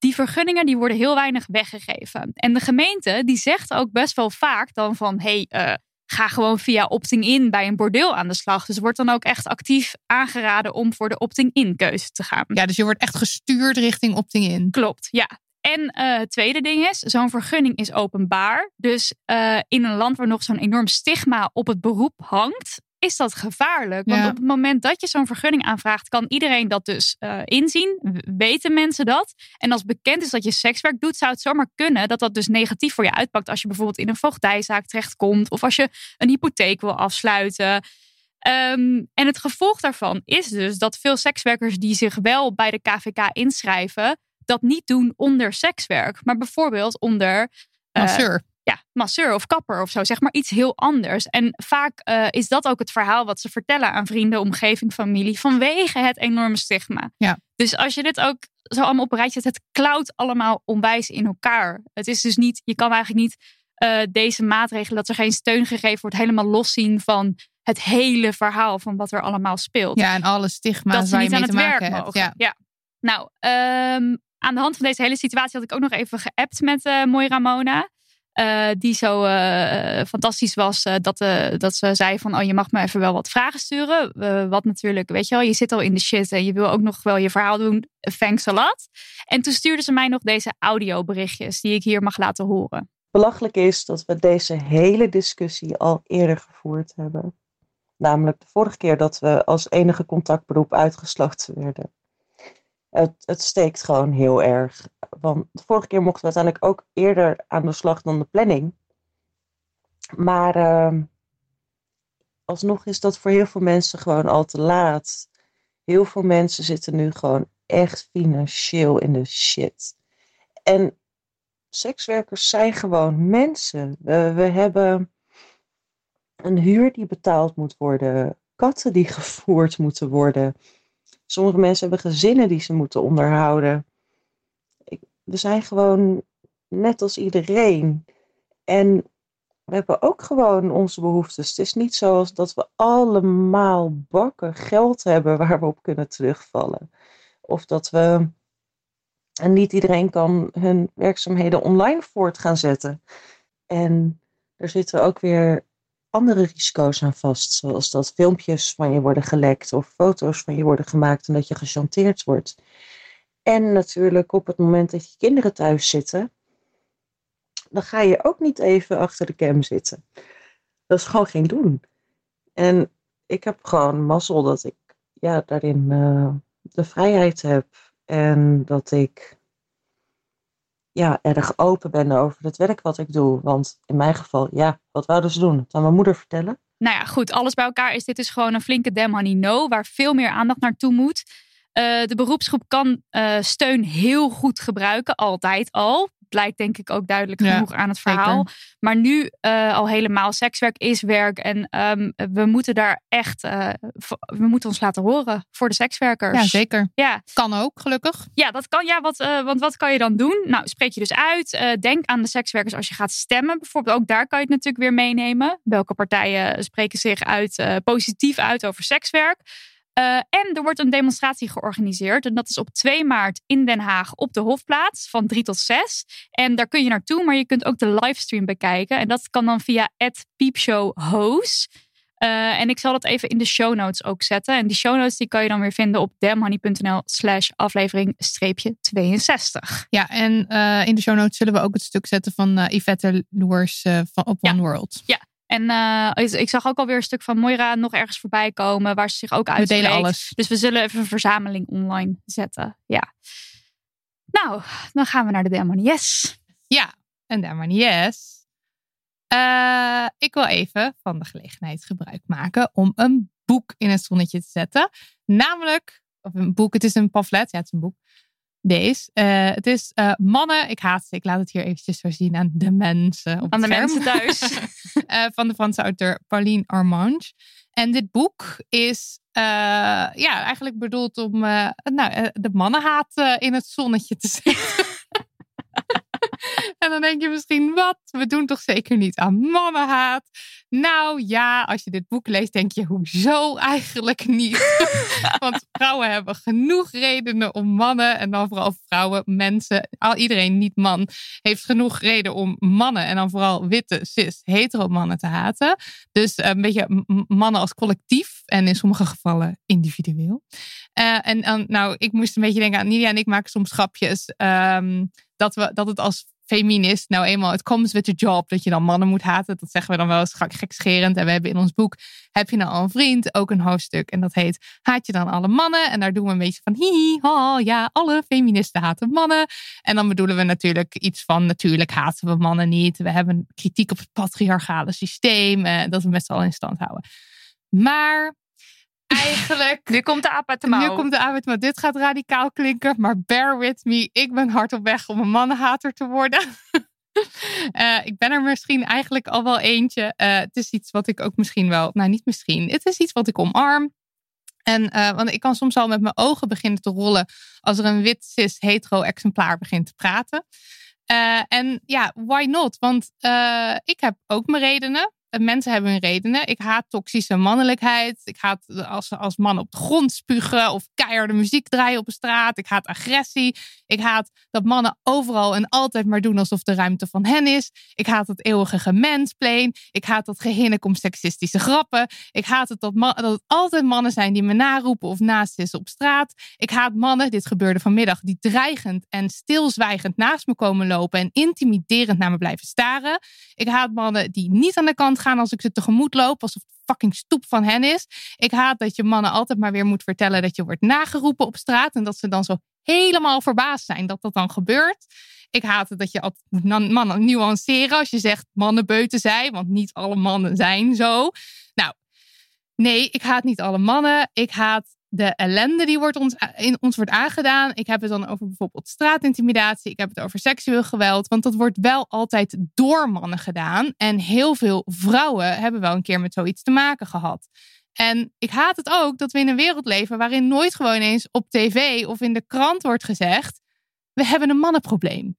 die vergunningen die worden heel weinig weggegeven. En de gemeente die zegt ook best wel vaak dan van... hey, uh, ga gewoon via opting-in bij een bordeel aan de slag. Dus wordt dan ook echt actief aangeraden om voor de opting-in keuze te gaan. Ja, dus je wordt echt gestuurd richting opting-in. Klopt, ja. En uh, het tweede ding is, zo'n vergunning is openbaar. Dus uh, in een land waar nog zo'n enorm stigma op het beroep hangt... is dat gevaarlijk. Want ja. op het moment dat je zo'n vergunning aanvraagt... kan iedereen dat dus uh, inzien. Weten mensen dat. En als bekend is dat je sekswerk doet... zou het zomaar kunnen dat dat dus negatief voor je uitpakt... als je bijvoorbeeld in een voogdijzaak terechtkomt... of als je een hypotheek wil afsluiten. Um, en het gevolg daarvan is dus dat veel sekswerkers... die zich wel bij de K V K inschrijven... dat niet doen onder sekswerk. Maar bijvoorbeeld onder... Uh, masseur. Ja, masseur of kapper of zo. Zeg maar iets heel anders. En vaak uh, is dat ook het verhaal wat ze vertellen aan vrienden, omgeving, familie. Vanwege het enorme stigma. Ja. Dus als je dit ook zo allemaal op een rijtje zet, het klauwt allemaal onwijs in elkaar. Het is dus niet, je kan eigenlijk niet uh, deze maatregelen, dat er geen steun gegeven wordt, helemaal loszien van het hele verhaal van wat er allemaal speelt. Ja, en alle stigma's dat ze waar niet je mee aan te het maken werk hebt. mogen. Ja. Ja. Nou, um, aan de hand van deze hele situatie had ik ook nog even geappt met uh, Mooi Ramona. Uh, die zo uh, fantastisch was uh, dat, uh, dat ze zei van... oh, je mag me even wel wat vragen sturen. Uh, wat natuurlijk, weet je wel, je zit al in de shit... en je wil ook nog wel je verhaal doen. Thanks a lot. En toen stuurde ze mij nog deze audioberichtjes... die ik hier mag laten horen. Belachelijk is dat we deze hele discussie al eerder gevoerd hebben. Namelijk de vorige keer dat we als enige contactberoep uitgesloten werden. Het, het steekt gewoon heel erg. Want de vorige keer mochten we uiteindelijk ook eerder aan de slag dan de planning. Maar uh, alsnog is dat voor heel veel mensen gewoon al te laat. Heel veel mensen zitten nu gewoon echt financieel in de shit. En sekswerkers zijn gewoon mensen. We, we hebben een huur die betaald moet worden. Katten die gevoerd moeten worden. Sommige mensen hebben gezinnen die ze moeten onderhouden. Ik, we zijn gewoon net als iedereen. En we hebben ook gewoon onze behoeftes. Het is niet zo dat we allemaal bakken geld hebben waar we op kunnen terugvallen. Of dat we... En niet iedereen kan hun werkzaamheden online voort gaan zetten. En er zitten ook weer andere risico's aan vast. Zoals dat filmpjes van je worden gelekt of foto's van je worden gemaakt en dat je gechanteerd wordt. En natuurlijk op het moment dat je kinderen thuis zitten, dan ga je ook niet even achter de cam zitten. Dat is gewoon geen doen. En ik heb gewoon mazzel dat ik ja, daarin uh, de vrijheid heb. En dat ik ja, erg open ben over het werk wat ik doe. Want in mijn geval, ja, wat wouden ze doen? Het aan mijn moeder vertellen? Nou ja, goed, alles bij elkaar is dit dus gewoon een flinke damn honey no, waar veel meer aandacht naartoe moet. Uh, de beroepsgroep kan uh, steun heel goed gebruiken, altijd al. Blijkt denk ik ook duidelijk genoeg ja, aan het verhaal. Zeker. Maar nu uh, al helemaal, sekswerk is werk. En um, we moeten daar echt, uh, we moeten ons laten horen voor de sekswerkers. Ja, zeker. Ja. Kan ook, gelukkig. Ja, dat kan. Ja, wat, uh, want wat kan je dan doen? Nou, spreek je dus uit. Uh, denk aan de sekswerkers als je gaat stemmen. Bijvoorbeeld ook daar kan je het natuurlijk weer meenemen. Welke partijen spreken zich uit, uh, positief uit over sekswerk? Uh, en er wordt een demonstratie georganiseerd. En dat is op twee maart in Den Haag op de Hofplaats van drie tot zes. En daar kun je naartoe, maar je kunt ook de livestream bekijken. En dat kan dan via at piepshowhoos. Uh, en ik zal dat even in de show notes ook zetten. En die show notes die kan je dan weer vinden op damnhoney.nl slash aflevering streepje 62. Ja, en uh, in de show notes zullen we ook het stuk zetten van uh, Yvette Loers uh, van op One ja. World. Ja. En uh, ik zag ook alweer een stuk van Moira nog ergens voorbij komen, waar ze zich ook uitspreekt. We delen alles. Dus we zullen even een verzameling online zetten. Ja. Nou, dan gaan we naar de Damn Honey Yes. Ja, en Damn Honey Yes. Uh, ik wil even van de gelegenheid gebruik maken om een boek in het zonnetje te zetten. Namelijk, of een boek, het is een pamflet. Ja, het is een boek. Deze. Uh, het is uh, Mannen, ik haat ze. Ik laat het hier eventjes zo zien aan de mensen op aan het de scherm. mensen thuis. uh, van de Franse auteur Pauline Armange. En dit boek is uh, ja, eigenlijk bedoeld om uh, nou, uh, de mannenhaat uh, in het zonnetje te zetten. En dan denk je misschien, wat? We doen toch zeker niet aan mannenhaat? Nou ja, als je dit boek leest, denk je, hoezo eigenlijk niet? Want vrouwen hebben genoeg redenen om mannen, en dan vooral vrouwen, mensen, al iedereen niet man, heeft genoeg reden om mannen, en dan vooral witte, cis, hetero mannen te haten. Dus een beetje m- mannen als collectief en in sommige gevallen individueel. Uh, en uh, nou, ik moest een beetje denken aan Nidia en ik maken soms grapjes um, dat, we, dat het als feminist nou eenmaal, het comes with the job, dat je dan mannen moet haten. Dat zeggen we dan wel eens gekscherend. En we hebben in ons boek, heb je nou al een vriend, ook een hoofdstuk. En dat heet, haat je dan alle mannen? En daar doen we een beetje van, hihi, ha, ja, alle feministen haten mannen. En dan bedoelen we natuurlijk iets van, natuurlijk haten we mannen niet. We hebben kritiek op het patriarchale systeem. Eh, dat we met z'n allen in stand houden. Maar eigenlijk... Nu komt de aap uit de mouw. Nu komt de aap uit de mouw. Dit gaat radicaal klinken, maar bear with me. Ik ben hard op weg om een mannenhater te worden. uh, ik ben er misschien eigenlijk al wel eentje. Uh, het is iets wat ik ook misschien wel... Nou, niet misschien. Het is iets wat ik omarm. En, uh, want ik kan soms al met mijn ogen beginnen te rollen als er een wit, cis, hetero exemplaar begint te praten. Uh, en ja, why not? Want uh, ik heb ook mijn redenen. Mensen hebben hun redenen. Ik haat toxische mannelijkheid. Ik haat als, als mannen op de grond spugen of keiharde muziek draaien op de straat. Ik haat agressie. Ik haat dat mannen overal en altijd maar doen alsof de ruimte van hen is. Ik haat het eeuwige gemansplain. Ik haat dat gehinnik om seksistische grappen. Ik haat het dat, man, dat het altijd mannen zijn die me naroepen of naast op straat. Ik haat mannen, dit gebeurde vanmiddag, die dreigend en stilzwijgend naast me komen lopen en intimiderend naar me blijven staren. Ik haat mannen die niet aan de kant gaan als ik ze tegemoet loop, alsof het fucking stoep van hen is. Ik haat dat je mannen altijd maar weer moet vertellen dat je wordt nageroepen op straat en dat ze dan zo helemaal verbaasd zijn dat dat dan gebeurt. Ik haat het dat je altijd moet mannen nuanceren als je zegt mannen beuten zij, want niet alle mannen zijn zo. Nou, nee, ik haat niet alle mannen. Ik haat de ellende die wordt ons, in ons wordt aangedaan. Ik heb het dan over bijvoorbeeld straatintimidatie. Ik heb het over seksueel geweld. Want dat wordt wel altijd door mannen gedaan. En heel veel vrouwen hebben wel een keer met zoiets te maken gehad. En ik haat het ook dat we in een wereld leven waarin nooit gewoon eens op tv of in de krant wordt gezegd, we hebben een mannenprobleem.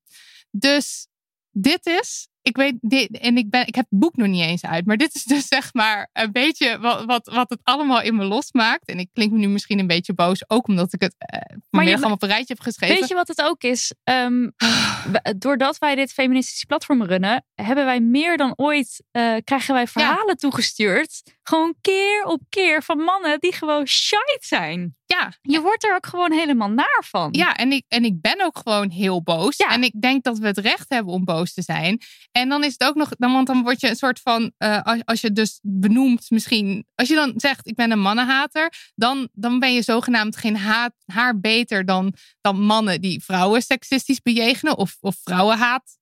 Dus dit is, ik weet, dit, en ik, ben, ik heb het boek nog niet eens uit, maar dit is dus zeg maar een beetje wat, wat, wat het allemaal in me losmaakt. En ik klink me nu misschien een beetje boos, ook omdat ik het uh, vanmiddag allemaal op een rijtje heb geschreven. Weet je wat het ook is? Um, doordat wij dit feministische platform runnen, hebben wij meer dan ooit, uh, krijgen wij verhalen ja. toegestuurd. Gewoon keer op keer van mannen die gewoon shite zijn. Ja. Je wordt er ook gewoon helemaal naar van. Ja, en ik, en ik ben ook gewoon heel boos. Ja. En ik denk dat we het recht hebben om boos te zijn. En dan is het ook nog, dan, want dan word je een soort van, uh, als, als je dus benoemt misschien, als je dan zegt ik ben een mannenhater, dan, dan ben je zogenaamd geen haat, haar beter dan, dan mannen die vrouwen seksistisch bejegenen of, of vrouwenhaat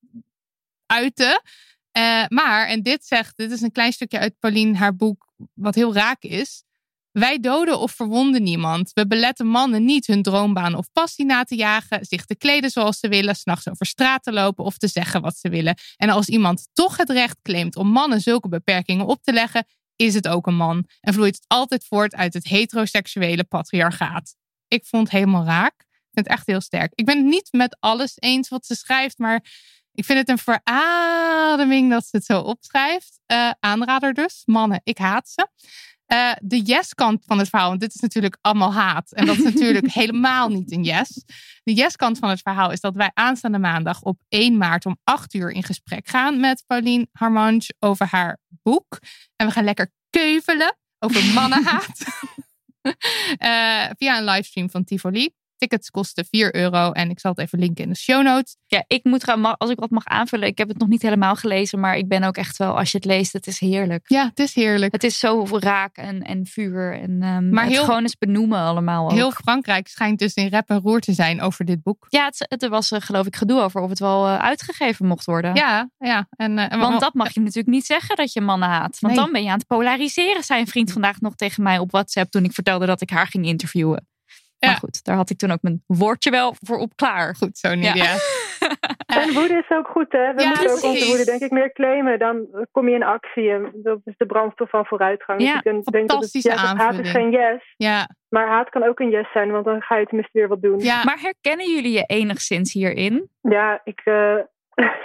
uiten. Uh, maar, en dit zegt, dit is een klein stukje uit Pauline haar boek, wat heel raak is. Wij doden of verwonden niemand. We beletten mannen niet hun droombaan of passie na te jagen, zich te kleden zoals ze willen, 's nachts over straat te lopen of te zeggen wat ze willen. En als iemand toch het recht claimt om mannen zulke beperkingen op te leggen, is het ook een man. En vloeit het altijd voort uit het heteroseksuele patriarchaat. Ik vond het helemaal raak. Ik vind het echt heel sterk. Ik ben het niet met alles eens wat ze schrijft, maar ik vind het een verademing dat ze het zo opschrijft. Uh, aanrader dus. Mannen, ik haat ze. Uh, de yes-kant van het verhaal, want dit is natuurlijk allemaal haat. En dat is natuurlijk helemaal niet een yes. De yes-kant van het verhaal is dat wij aanstaande maandag op één maart om acht uur in gesprek gaan met Pauline Harmange over haar boek. En we gaan lekker keuvelen over mannenhaat. uh, via een livestream van Tivoli. Tickets kosten vier euro en ik zal het even linken in de show notes. Ja, ik moet gaan, als ik wat mag aanvullen. Ik heb het nog niet helemaal gelezen, maar ik ben ook echt wel, als je het leest, het is heerlijk. Ja, het is heerlijk. Het is zo raak en, en vuur en um, maar het heel, gewoon eens benoemen allemaal ook. Heel Frankrijk schijnt dus in rep en roer te zijn over dit boek. Ja, het, het, er was uh, geloof ik gedoe over of het wel uh, uitgegeven mocht worden. Ja, ja. En, uh, Want uh, dat mag je natuurlijk niet zeggen dat je mannen haat. Want nee. Dan ben je aan het polariseren, zei een vriend vandaag nog tegen mij op WhatsApp toen ik vertelde dat ik haar ging interviewen. Ja. Maar goed, daar had ik toen ook mijn woordje wel voor op klaar. Goed zo, Nidia. Ja. En woede is ook goed, hè? We ja, moeten ook onze woede, denk ik, meer claimen. Dan kom je in actie. En dat is de brandstof van vooruitgang. Ja, dus ik denk dat het, ja, haat is geen yes. Ja. Maar haat kan ook een yes zijn, want dan ga je tenminste weer wat doen. Ja. Maar herkennen jullie je enigszins hierin? Ja, ik... Uh...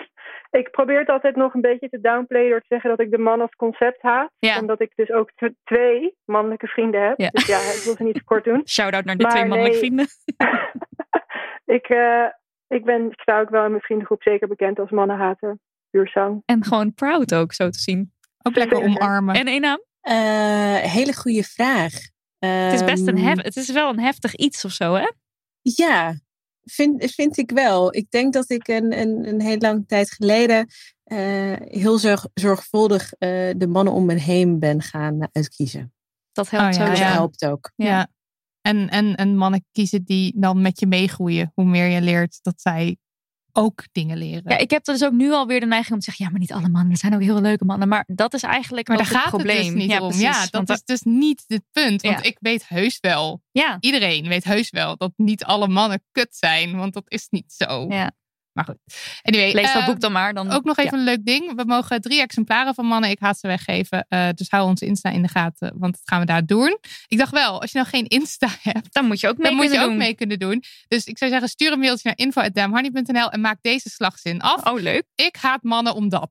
Ik probeer het altijd nog een beetje te downplayen door te zeggen dat ik de man als concept haat. Ja. Omdat ik dus ook t- twee mannelijke vrienden heb. Ja. Dus ja, ik wil ze niet te kort doen. Shout-out naar de Maar twee mannelijke nee. vrienden. ik, uh, ik ben, ik sta ook wel in mijn vriendengroep zeker bekend als mannenhater. Puur zang. En gewoon proud ook, zo te zien. Ook lekker omarmen. En één naam? Uh, hele goede vraag. Um, Het is best een hef- het is wel een heftig iets of zo, hè? Ja, vind, vind ik wel. Ik denk dat ik een, een, een hele lange tijd geleden uh, heel zorg, zorgvuldig uh, de mannen om me heen ben gaan uitkiezen. Dat helpt Oh, ja, zo. Dat ja. helpt ook. Ja. ja. En, en, en mannen kiezen die dan met je meegroeien. Hoe meer je leert dat zij ook dingen leren. Ja, ik heb dus ook nu alweer de neiging om te zeggen, ja, maar niet alle mannen. Er zijn ook heel leuke mannen. Maar dat is eigenlijk maar ook daar het gaat probleem. het dus niet ja, om. precies, Ja, dat want is dus niet het punt. Want Ja. ik weet heus wel. Ja. Iedereen weet heus wel dat niet alle mannen kut zijn. Want dat is niet zo. Ja. Maar goed. Anyway, Lees dat uh, boek dan maar. Dan, ook nog even ja. een leuk ding. We mogen drie exemplaren van Mannen, ik haat ze weggeven. Uh, dus hou ons Insta in de gaten. Want dat gaan we daar doen. Ik dacht wel, als je nou geen Insta hebt. Dan moet je ook mee, dan moet kunnen, je ook doen. mee kunnen doen. Dus ik zou zeggen, stuur een mailtje naar info at damnhoney punt n l. En maak deze slagzin af. Oh, leuk. Ik haat mannen omdat.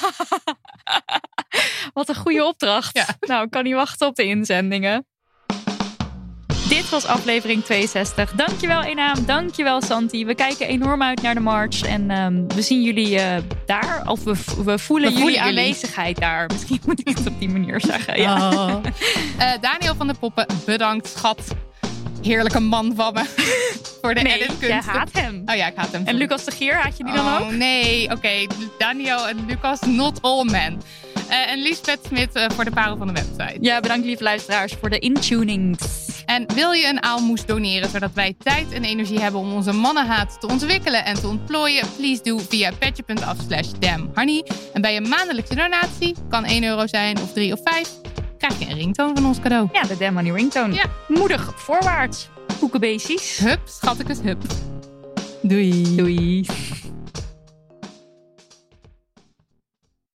Wat een goede opdracht. Ja. Nou, ik kan niet wachten op de inzendingen. Dit was aflevering tweeënzestig. Dankjewel Enaam, dankjewel Santi. We kijken enorm uit naar de march. En um, we zien jullie uh, daar. Of we, we voelen we voelen jullie jullie. aanwezigheid daar. Misschien moet ik het op die manier zeggen. Ja. Oh. Uh, Daniel van der Poppen, bedankt schat. Heerlijke man van me. Voor de Nee, editkunsten. jij haat hem. Oh ja, ik haat hem. En Lucas de Gier, haat je die dan oh, ook? Nee, oké. Okay. Daniel en Lucas, not all men. Uh, en Liesbeth Smit uh, voor de parel van de website. Ja, bedankt lieve luisteraars voor de intunings. En wil je een aalmoes doneren zodat wij tijd en energie hebben om onze mannenhaat te ontwikkelen en te ontplooien? Please do via petje.af slash damnhoney. En bij een maandelijkse donatie, kan één euro zijn of drie of vijf, krijg je een ringtoon van ons cadeau. Ja, de Damn Honey ringtoon. Ja. Moedig voorwaarts. Koekenbeestjes. Hup, schattekes, hup. Doei. Doei.